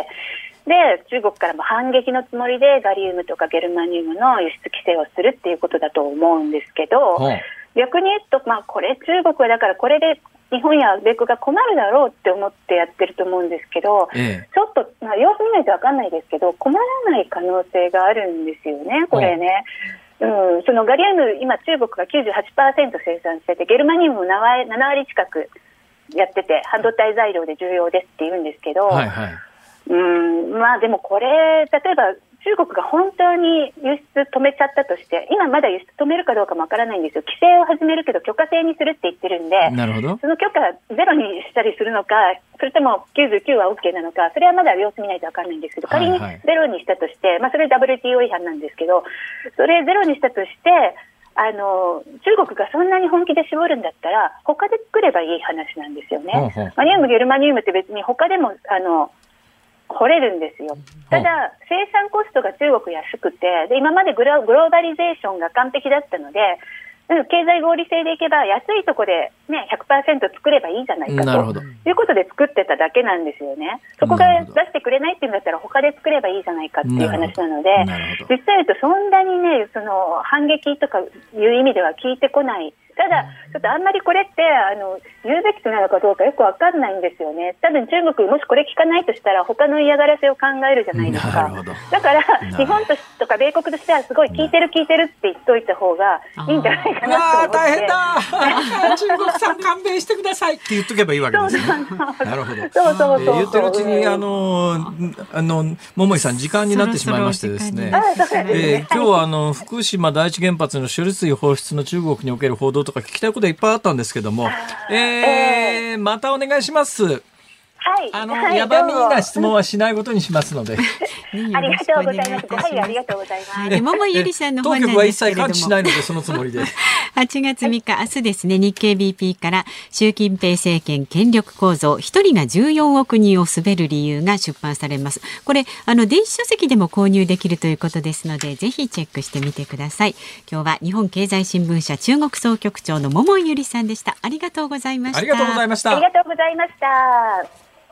C: で中国からも反撃のつもりでガリウムとかゲルマニウムの輸出規制をするっていうことだと思うんですけど、逆に言うと、これ中国はだからこれで日本や米国が困るだろうって思ってやってると思うんですけど、ちょっと、様子見ないと分かんないですけど困らない可能性があるんですよね、これね。そのガリウム今中国が 98% 生産してて、ゲルマニウムも7割近くやってて半導体材料で重要ですって言うんですけど、でもこれ例えば中国が本当に輸出止めちゃったとして、今まだ輸出止めるかどうかもわからないんですよ。規制を始めるけど許可制にするって言ってるんで、その許可ゼロにしたりするのか、それとも99は OK なのか、それはまだ様子見ないとわからないんですけど、仮にゼロにしたとして、それ WTO 違反なんですけど、それゼロにしたとして中国がそんなに本気で絞るんだったら他で作ればいい話なんですよね。マニウムゲルマニウムって別に他でも掘れるんですよ。ただ生産コストが中国安くて、で今までグローバリゼーションが完璧だったので、 経済合理性でいけば安いとこで、ね、100% 作ればいいじゃないかということで作ってただけなんですよね。そこが出してくれないっていうんだったら他で作ればいいじゃないかっていう話なので、実際言うとそんなにね、その反撃とかいう意味では効いてこない。ただちょっとあんまりこれって言うべきなのかどうかよくわかんないんですよね。多分中国もしこれ聞かないとしたら他の嫌がらせを考えるじゃないですか。だから日本とか米国としてはすごい聞いてるって言っといた方がいいんじゃないかなと思って。
A: 大変だ中国さん勘弁してくださいって言っとけばいいわけですね。なるほど。そう言ってるうちに桃井さん時間になってしまいましてですね、今日は福島第一原発の処理水放出の中国における報道とか聞きたいこといっぱいあったんですけども、またお願いします。野蛮みな質問はしないことにしますので。
C: ありがとうございます。はい、ありがとうございます。
B: 桃井ゆりさんの本なんですけれども、当
A: 局は一切感知しないのでそのつもりで。
B: 8月3日明日ですね、日経 BP から習近平政権権力構造、一人が14億人を滑る理由が出版されます。これ電子書籍でも購入できるということですので、ぜひチェックしてみてください。今日は日本経済新聞社中国総局長の桃井ゆりさんでした。ありがとうございました。
A: ありがとうございました。
C: ありがとうございました。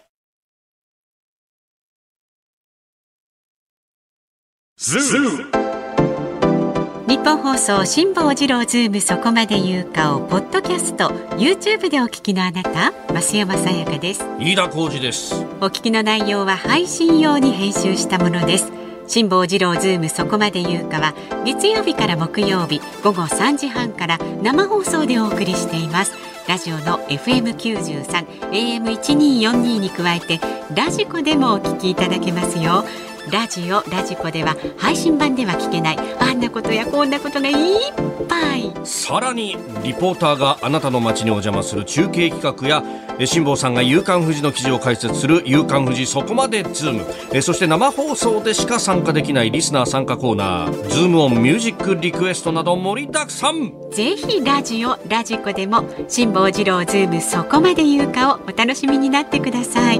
B: 日本放送辛坊治郎ズームそこまで言うかをポッドキャスト YouTube でお聞きのあなた、増山さやかです。
D: 飯田浩司です。
B: お聞きの内容は配信用に編集したものです。辛坊治郎ズームそこまで言うかは月曜日から木曜日午後3時半から生放送でお送りしています。ラジオの FM93 AM1242 に加えてラジコでもお聞きいただけますよ。ラジコでは配信版では聞けないあんなことやこんなことがいっぱい。
D: さらにリポーターがあなたの街にお邪魔する中継企画や辛坊さんが夕刊フジの記事を解説する夕刊フジそこまでズーム、そして生放送でしか参加できないリスナー参加コーナーズームオンミュージックリクエストなど盛りだくさん。
B: ぜひラジコでも辛坊治郎ズームそこまで言うかをお楽しみになってください。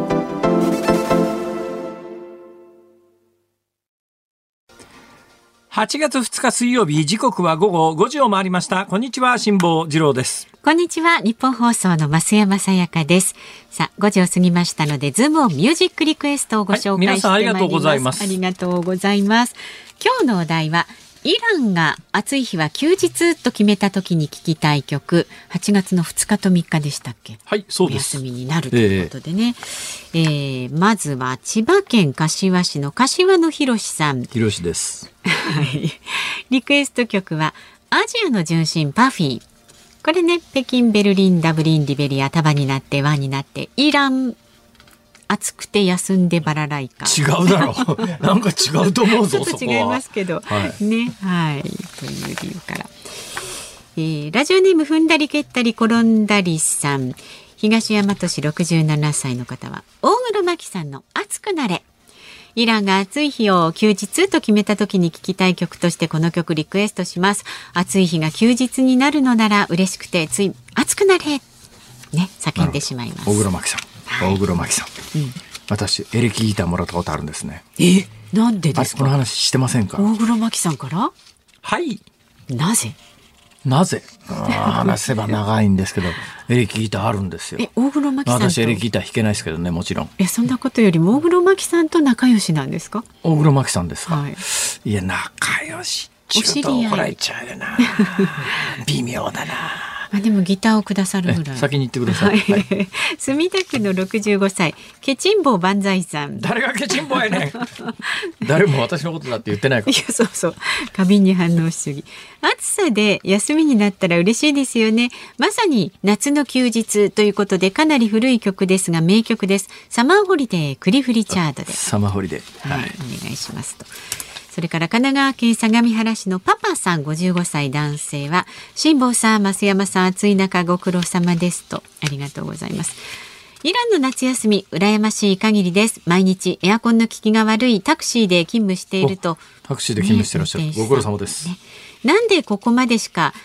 A: 8月2日水曜日、時刻は午後5時を回りました。こんにちは、辛坊治郎です。
B: こんにちは、日本放送の増山さやかです。さあ、5時を過ぎましたのでズームオンミュージックリクエストをご紹介してまいります。
A: 皆さんありがとうございます。
B: ありがとうございます。今日のお題はイランが暑い日は休日と決めた時に聴きたい曲、8月の2日と3日でしたっけ。
A: はい、そうです。
B: お休みになるということでね、まずは千葉県柏市の柏野博さん。
A: 博です。
B: リクエスト曲はアジアの純真パフィー。これね、北京、ベルリン、ダブリン、リベリア、束になって輪になってイラン暑くて休んでバラライカ。
A: 違うだろうなんか違うと思うぞ。
B: ちょっと違いますけど、ね、はい、という理由から、ラジオネーム踏んだり蹴ったり転んだりさん、東大和市67歳の方は大黒摩季さんの暑くなれ。イランが暑い日を休日と決めた時に聴きたい曲としてこの曲リクエストします。暑い日が休日になるのなら嬉しくてつい暑くなれね、叫んでしまいます。
A: 大黒摩季さん、大黒摩季さん、私エレキギターもらったことあるんですね。
B: なんでですか。
A: この話してませんか。
B: 大黒摩季さんから。
A: はい。
B: なぜ
A: 話せば長いんですけどエレキギターあるんですよ。
B: 大黒摩季さんと。
A: 私エレキギター弾けないですけどね、もちろん。
B: そんなことよりも大黒摩季さんと仲良しなんですか。
A: 大黒摩季さんですか。
B: はい、
A: いや仲良しちょっと怒られちゃうよな微妙だな。
B: でもギターをくださるぐらい。
A: 先に言ってください。はい、
B: 墨田区の65歳ケチンボウ万歳さん。
A: 誰がケチンボウやねん誰も私のことだって言ってないから。
B: いや、そうそう、過敏に反応しすぎ。暑さで休みになったら嬉しいですよね。まさに夏の休日ということでかなり古い曲ですが名曲です。サマーホリデークリフリチャードで。
A: サマーホリデー、
B: はい、お願いしますと。それから神奈川県相模原市のパパさん55歳男性は、辛坊さん、増山さん、暑い中ご苦労様ですと。ありがとうございます。イランの夏休み羨ましい限りです。毎日エアコンの効きが悪いタクシーで勤務していると。
A: タクシーで勤務してらっしゃる、ご苦労様です、
B: なんでここまでしか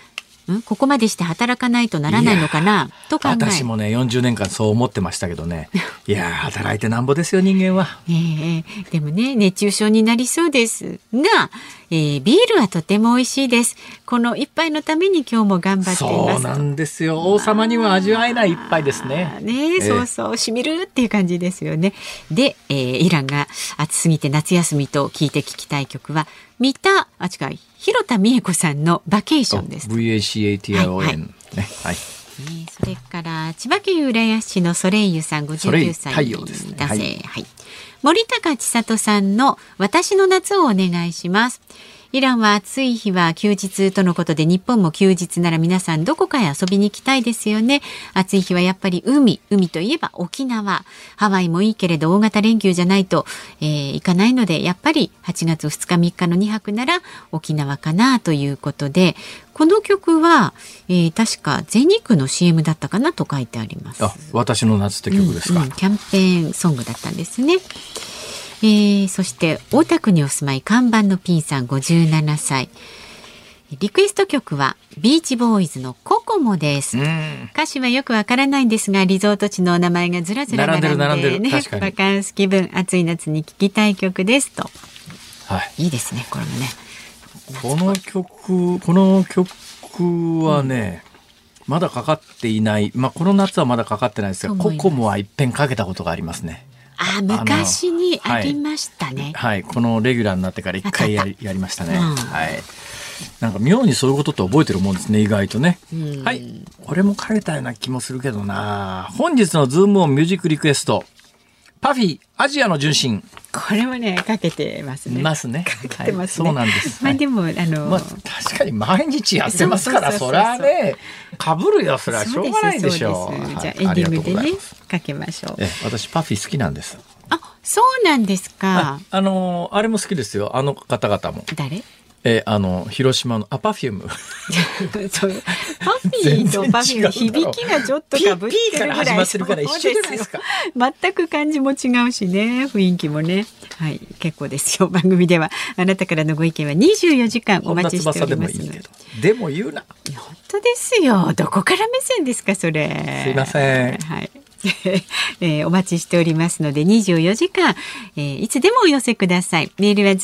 B: ここまでして働かないとならないのかなと考え、
A: 私もね40年間そう思ってましたけどねいや働いてなんぼですよ人間は。
B: でもね熱中症になりそうですが、ビールはとても美味しいです。この一杯のために今日も頑張っています。
A: そうなんですよ。王様には味わえない一杯ですね。
B: そうそうしみるっていう感じですよね。で、イランが暑すぎて夏休みと聞きたい曲は広田美恵子さんのバケーションです。
A: VACATION、
B: それから千葉県浦安市のソレイユさん59歳
A: 太陽ですね。
B: 男性、森高千里さんの私の夏をお願いします。イランは暑い日は休日とのことで、日本も休日なら皆さんどこかへ遊びに行きたいですよね。暑い日はやっぱり海といえば沖縄、ハワイもいいけれど大型連休じゃないと、行かないので、やっぱり8月2日3日の2泊なら沖縄かなということで、この曲は、確か全日空の CM だったかなと書いてあります。
A: 私の夏って曲ですか。
B: キャンペーンソングだったんですね。そして大田区にお住まい看板のピンさん57歳。リクエスト曲はビーチボーイズのココモです。歌詞はよくわからないんですが、リゾート地のお名前がずらずら並んでね、バカンス気分、暑い夏に聴きたい曲ですと。いいですね、これもね。
A: この曲はね、まだかかっていない。この夏はまだかかってないですが、ココモは一遍かけたことがありますね。
B: 昔にありましたね。
A: このレギュラーになってから一回やりましたね。なんか妙にそういうことって覚えてるもんですね、意外とね。これもかけたような気もするけどな。本日のズームオンミュージックリクエスト、パフィーアジアの純真。
B: これもねかけてますね。かけてますね。
A: そうなんです。
B: でも
A: 確かに毎日やってますから、そりゃねかぶるよ、そりゃしょうがないでしょう。
B: じゃあエンディングでねかけましょう。
A: 私パフィー好きなんです。
B: そうなんですか。
A: あれも好きですよ、あの方々も。
B: 誰？
A: 広島のパフューム。
B: パフィーとパフューム響きがちょっとかぶってるぐらい。
A: 始まってるから一緒じゃないですか。
B: 全く感じも違うしね、雰囲気もね。結構ですよ。番組ではあなたからのご意見は24時間お待ちしておりますので。
A: でも言うな。
B: 本当ですよ。どこから目線ですかそれ。
A: すいません。
B: お待ちしておりますので24時間、いつでもお寄せください。メールは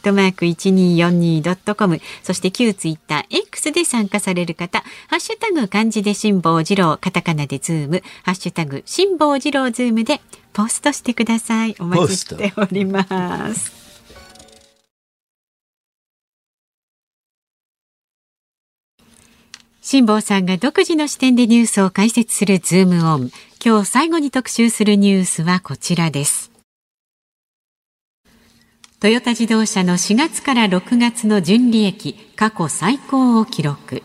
B: zoom@1242.com、 そして旧ツイッター X で参加される方、ハッシュタグ漢字で辛坊治郎、カタカナでズーム、ハッシュタグ辛坊治郎ズームでポストしてください。お待ちしております。辛坊さんが独自の視点でニュースを解説するズームオン。今日最後に特集するニュースはこちらです。トヨタ自動車の4月から6月の純利益過去最高を記録。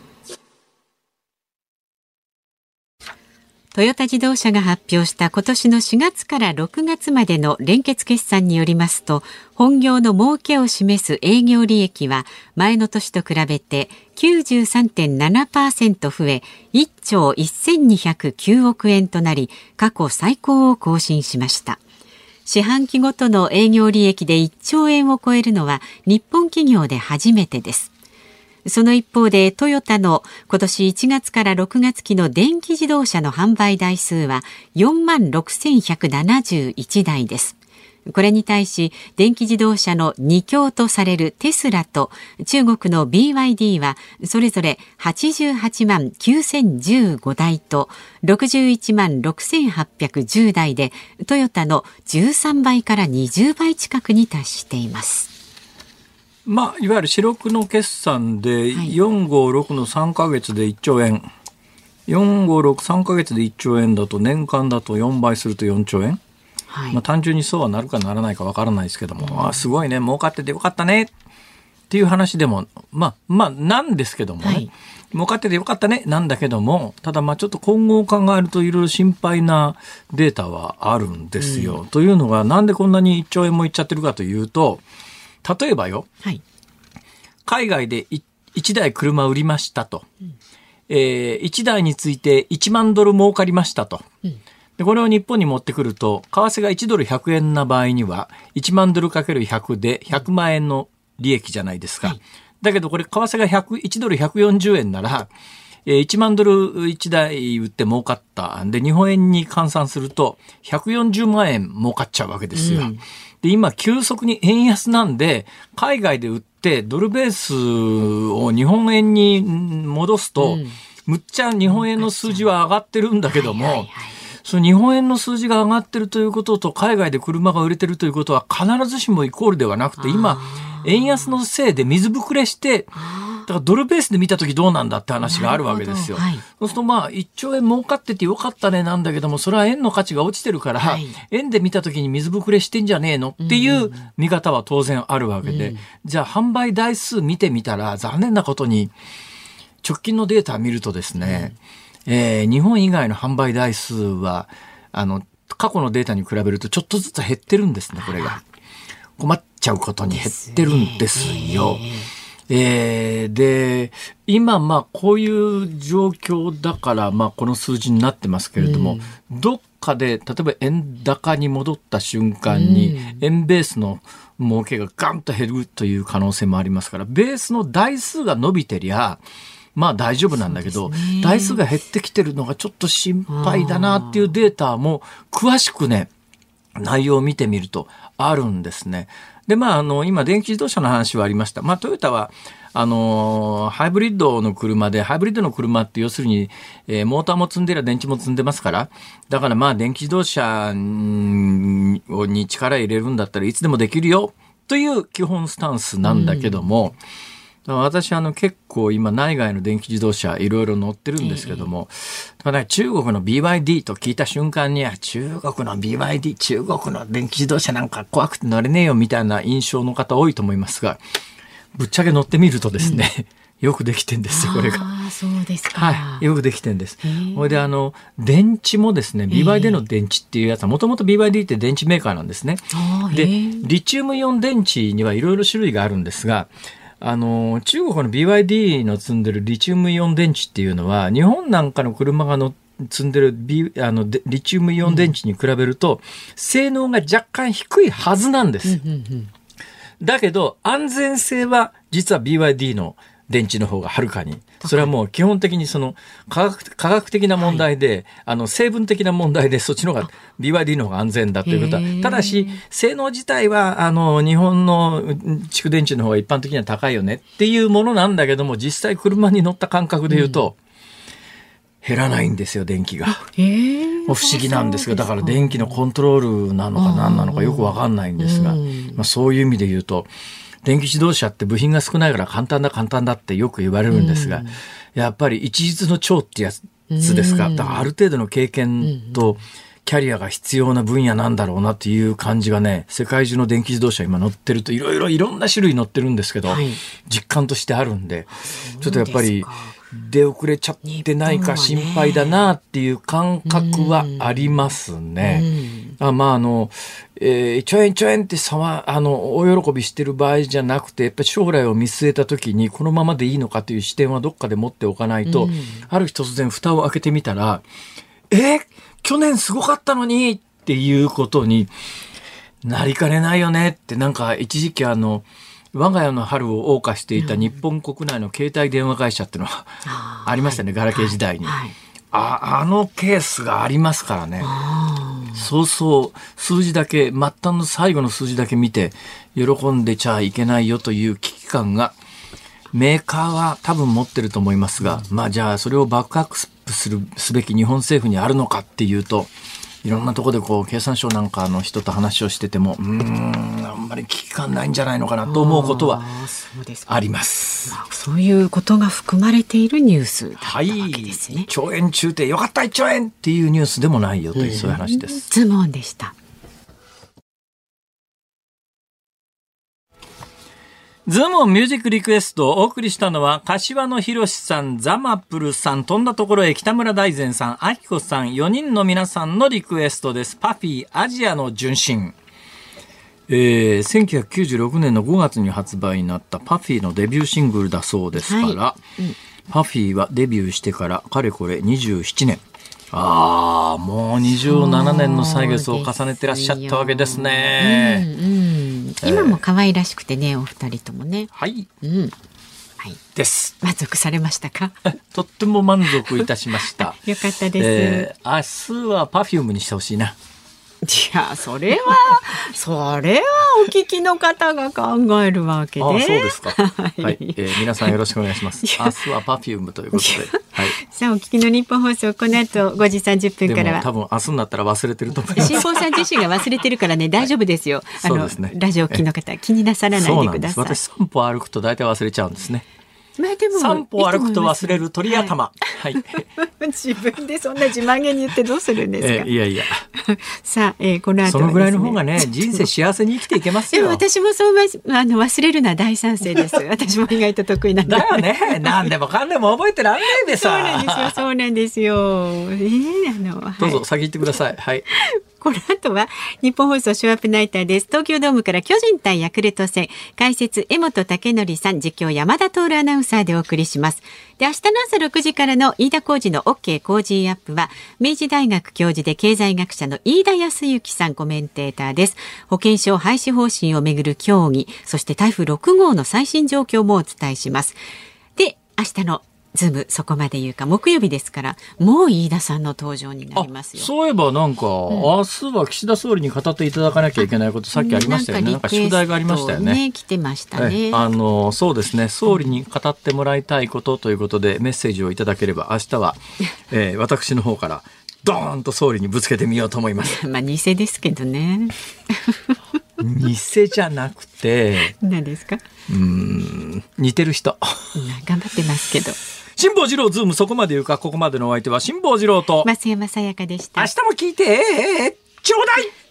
B: トヨタ自動車が発表した今年の4月から6月までの連結決算によりますと、本業の儲けを示す営業利益は前の年と比べて 93.7% 増え1兆1209億円となり、過去最高を更新しました。四半期ごとの営業利益で1兆円を超えるのは日本企業で初めてです。その一方でトヨタの今年1月から6月期の電気自動車の販売台数は46,171台です。これに対し電気自動車の2強とされるテスラと中国の BYD はそれぞれ88万9015台と61万6810台でトヨタの13倍から20倍近くに達しています。
A: いわゆる四六の決算で456の3ヶ月で1兆円、4563ヶ月で1兆円だと年間だと4倍すると4兆円、単純にそうはなるかならないかわからないですけども、すごいね、儲かっててよかったねっていう話でもなんですけどもね、儲かっててよかったねなんだけども、ただちょっと今後を考えるといろいろ心配なデータはあるんですよ、というのがなんでこんなに1兆円もいっちゃってるかというと、例えばよ、海外で1台車売りましたと、1台について1万ドル儲かりましたと、でこれを日本に持ってくると為替が1ドル100円な場合には1万ドル ×100 で100万円の利益じゃないですか、だけどこれ為替が1ドル140円なら 1万ドル1台売って儲かったんで、日本円に換算すると140万円儲かっちゃうわけですよ。で、今急速に円安なんで、海外で売ってドルベースを日本円に戻すと、むっちゃ日本円の数字は上がってるんだけども、その日本円の数字が上がってるということと、海外で車が売れてるということは必ずしもイコールではなくて、今円安のせいで水ぶくれして、だからドルベースで見たときどうなんだって話があるわけですよ。そうすると1兆円儲かっててよかったねなんだけども、それは円の価値が落ちてるから、円で見たときに水ぶくれしてんじゃねえのっていう見方は当然あるわけで、じゃあ販売台数見てみたら、残念なことに直近のデータ見るとですね、日本以外の販売台数は過去のデータに比べるとちょっとずつ減ってるんですね。これが困っちゃうことに減ってるんですよ。で今こういう状況だからこの数字になってますけれども、どっかで例えば円高に戻った瞬間に円ベースの儲けがガンと減るという可能性もありますから、ベースの台数が伸びてりゃ大丈夫なんだけど、台数が減ってきてるのがちょっと心配だなっていうデータも詳しくね、内容を見てみるとあるんですね。で、今電気自動車の話はありました。トヨタはハイブリッドの車で、ハイブリッドの車って要するに、モーターも積んでりゃ電池も積んでますから、だから電気自動車に力入れるんだったらいつでもできるよという基本スタンスなんだけども、私結構今内外の電気自動車いろいろ乗ってるんですけども、中国の BYD と聞いた瞬間には、中国の BYD、中国の電気自動車なんか怖くて乗れねえよみたいな印象の方多いと思いますが、ぶっちゃけ乗ってみるとですね、よくできてんですよ、これが。
B: そうですか。
A: よくできてんです。それで電池もですね、BYD の電池っていうやつは、もともと BYD って電池メーカーなんですね。で、リチウムイオン電池にはいろいろ種類があるんですが、中国の BYD の積んでるリチウムイオン電池っていうのは、日本なんかの車が積んでるリチウムイオン電池に比べると性能が若干低いはずなんです。だけど安全性は実は BYD の電池の方がはるかに、それはもう基本的にその科学的な問題で、成分的な問題でそっちの方が BYD の方が安全だということは、ただし性能自体は日本の蓄電池の方が一般的には高いよねっていうものなんだけども、実際車に乗った感覚で言うと、減らないんですよ、電気が。不思議なんですが、だから電気のコントロールなのか何なのかよくわかんないんですが、そういう意味で言うと、電気自動車って部品が少ないから簡単だってよく言われるんですが、やっぱり一日の長ってやつですか。だからある程度の経験とキャリアが必要な分野なんだろうなっていう感じがね、世界中の電気自動車今乗ってるといろんな種類乗ってるんですけど、実感としてあるんで、ちょっとやっぱり出遅れちゃってないか心配だなっていう感覚はありますね。ちょえんって大喜びしてる場合じゃなくて、やっぱり将来を見据えた時にこのままでいいのかという視点はどっかで持っておかないと、ある日突然蓋を開けてみたら、去年すごかったのにっていうことになりかねないよねって、なんか一時期我が家の春を謳歌していた日本国内の携帯電話会社っていうのはありましたね、ガラケー時代に。ケースがありますからね。そう数字だけ、末端の最後の数字だけ見て喜んでちゃいけないよという危機感がメーカーは多分持ってると思いますが、じゃあそれをバックアップすべき日本政府にあるのかっていうと、いろんなところで経産省なんかの人と話をしてても、あんまり危機感ないんじゃないのかなと思うことはあります。
B: そういうことが含まれているニュースだったわけですね。
A: 兆円中定よかった1兆円っていうニュースでもないよという、そういう話です。
B: ズモンでした。
A: ズームオンミュージックリクエストをお送りしたのは、柏野博さん、ザマプルさん、飛んだところへ北村大善さん、あきこさん、4人の皆さんのリクエストです。パフィーアジアの純真。1996年の5月に発売になったパフィーのデビューシングルだそうですから、パフィーはデビューしてからかれこれ27年。もう27年の歳月を重ねてらっしゃったわけですね。
B: 今も可愛らしくてね、お二人ともね。
A: です。
B: 満足されましたか？
A: とっても満足いたしました。
B: よかったです。
A: 明日はPerfumeにしてほしいな。
B: いや、それはお聞きの方が考えるわけで。
A: そうですか。はい、皆さんよろしくお願いします。明日はPerfumeということで。はい。
B: さあ、お聞きの日本放送、この後5時30分からは。
A: でも多分明日になったら忘れてると思います。
B: 辛坊さん自身が忘れてるからね、大丈夫ですよ。
A: そうですね。
B: ラジオ機の方、気になさらないでください。
A: 私散歩歩くと大体忘れちゃうんですね。
B: まあでも
A: 散歩歩くと忘れる鳥頭。はい。
B: 自分でそんな自慢げに言ってどうするんですか。
A: いやいや。
B: さあ、この後はですね、
A: そのぐらいの方がね、人生幸せに生きていけますよ。
B: でも私もそう忘れるのは大賛成です。私も意外と得意なんで。
A: だよね。何でもかんでも覚えてらんないでさ。
B: そうなんですよ。
A: どうぞ先行ってください。はい。
B: この後は日本放送ショーアップナイターです。東京ドームから巨人対ヤクルト戦、解説江本武則さん、実況山田徹アナウンサーでお送りします。で、明日の朝6時からの飯田浩司の OK 工事アップは、明治大学教授で経済学者の飯田康之さんコメンテーターです。保険証廃止方針をめぐる協議、そして台風6号の最新状況もお伝えします。で、明日のズームそこまで言うか、木曜日ですからもう飯田さんの登場になりますよ。
A: そういえばなんか、明日は岸田総理に語っていただかなきゃいけないことさっきありましたよね。なんか宿題がありましたよね。
B: 来てましたね。
A: そうですね、総理に語ってもらいたいことということでメッセージをいただければ明日は、私の方からドーンと総理にぶつけてみようと思います。
B: まあ偽ですけどね。
A: 偽じゃなくて
B: 何ですか？
A: 似てる人
B: 頑張ってますけど。
A: 辛坊治郎ズームそこまで言うか。ここまでのお相手は辛坊治郎と
B: 増山さやかでした。
A: 明日も聞いてちょうだい。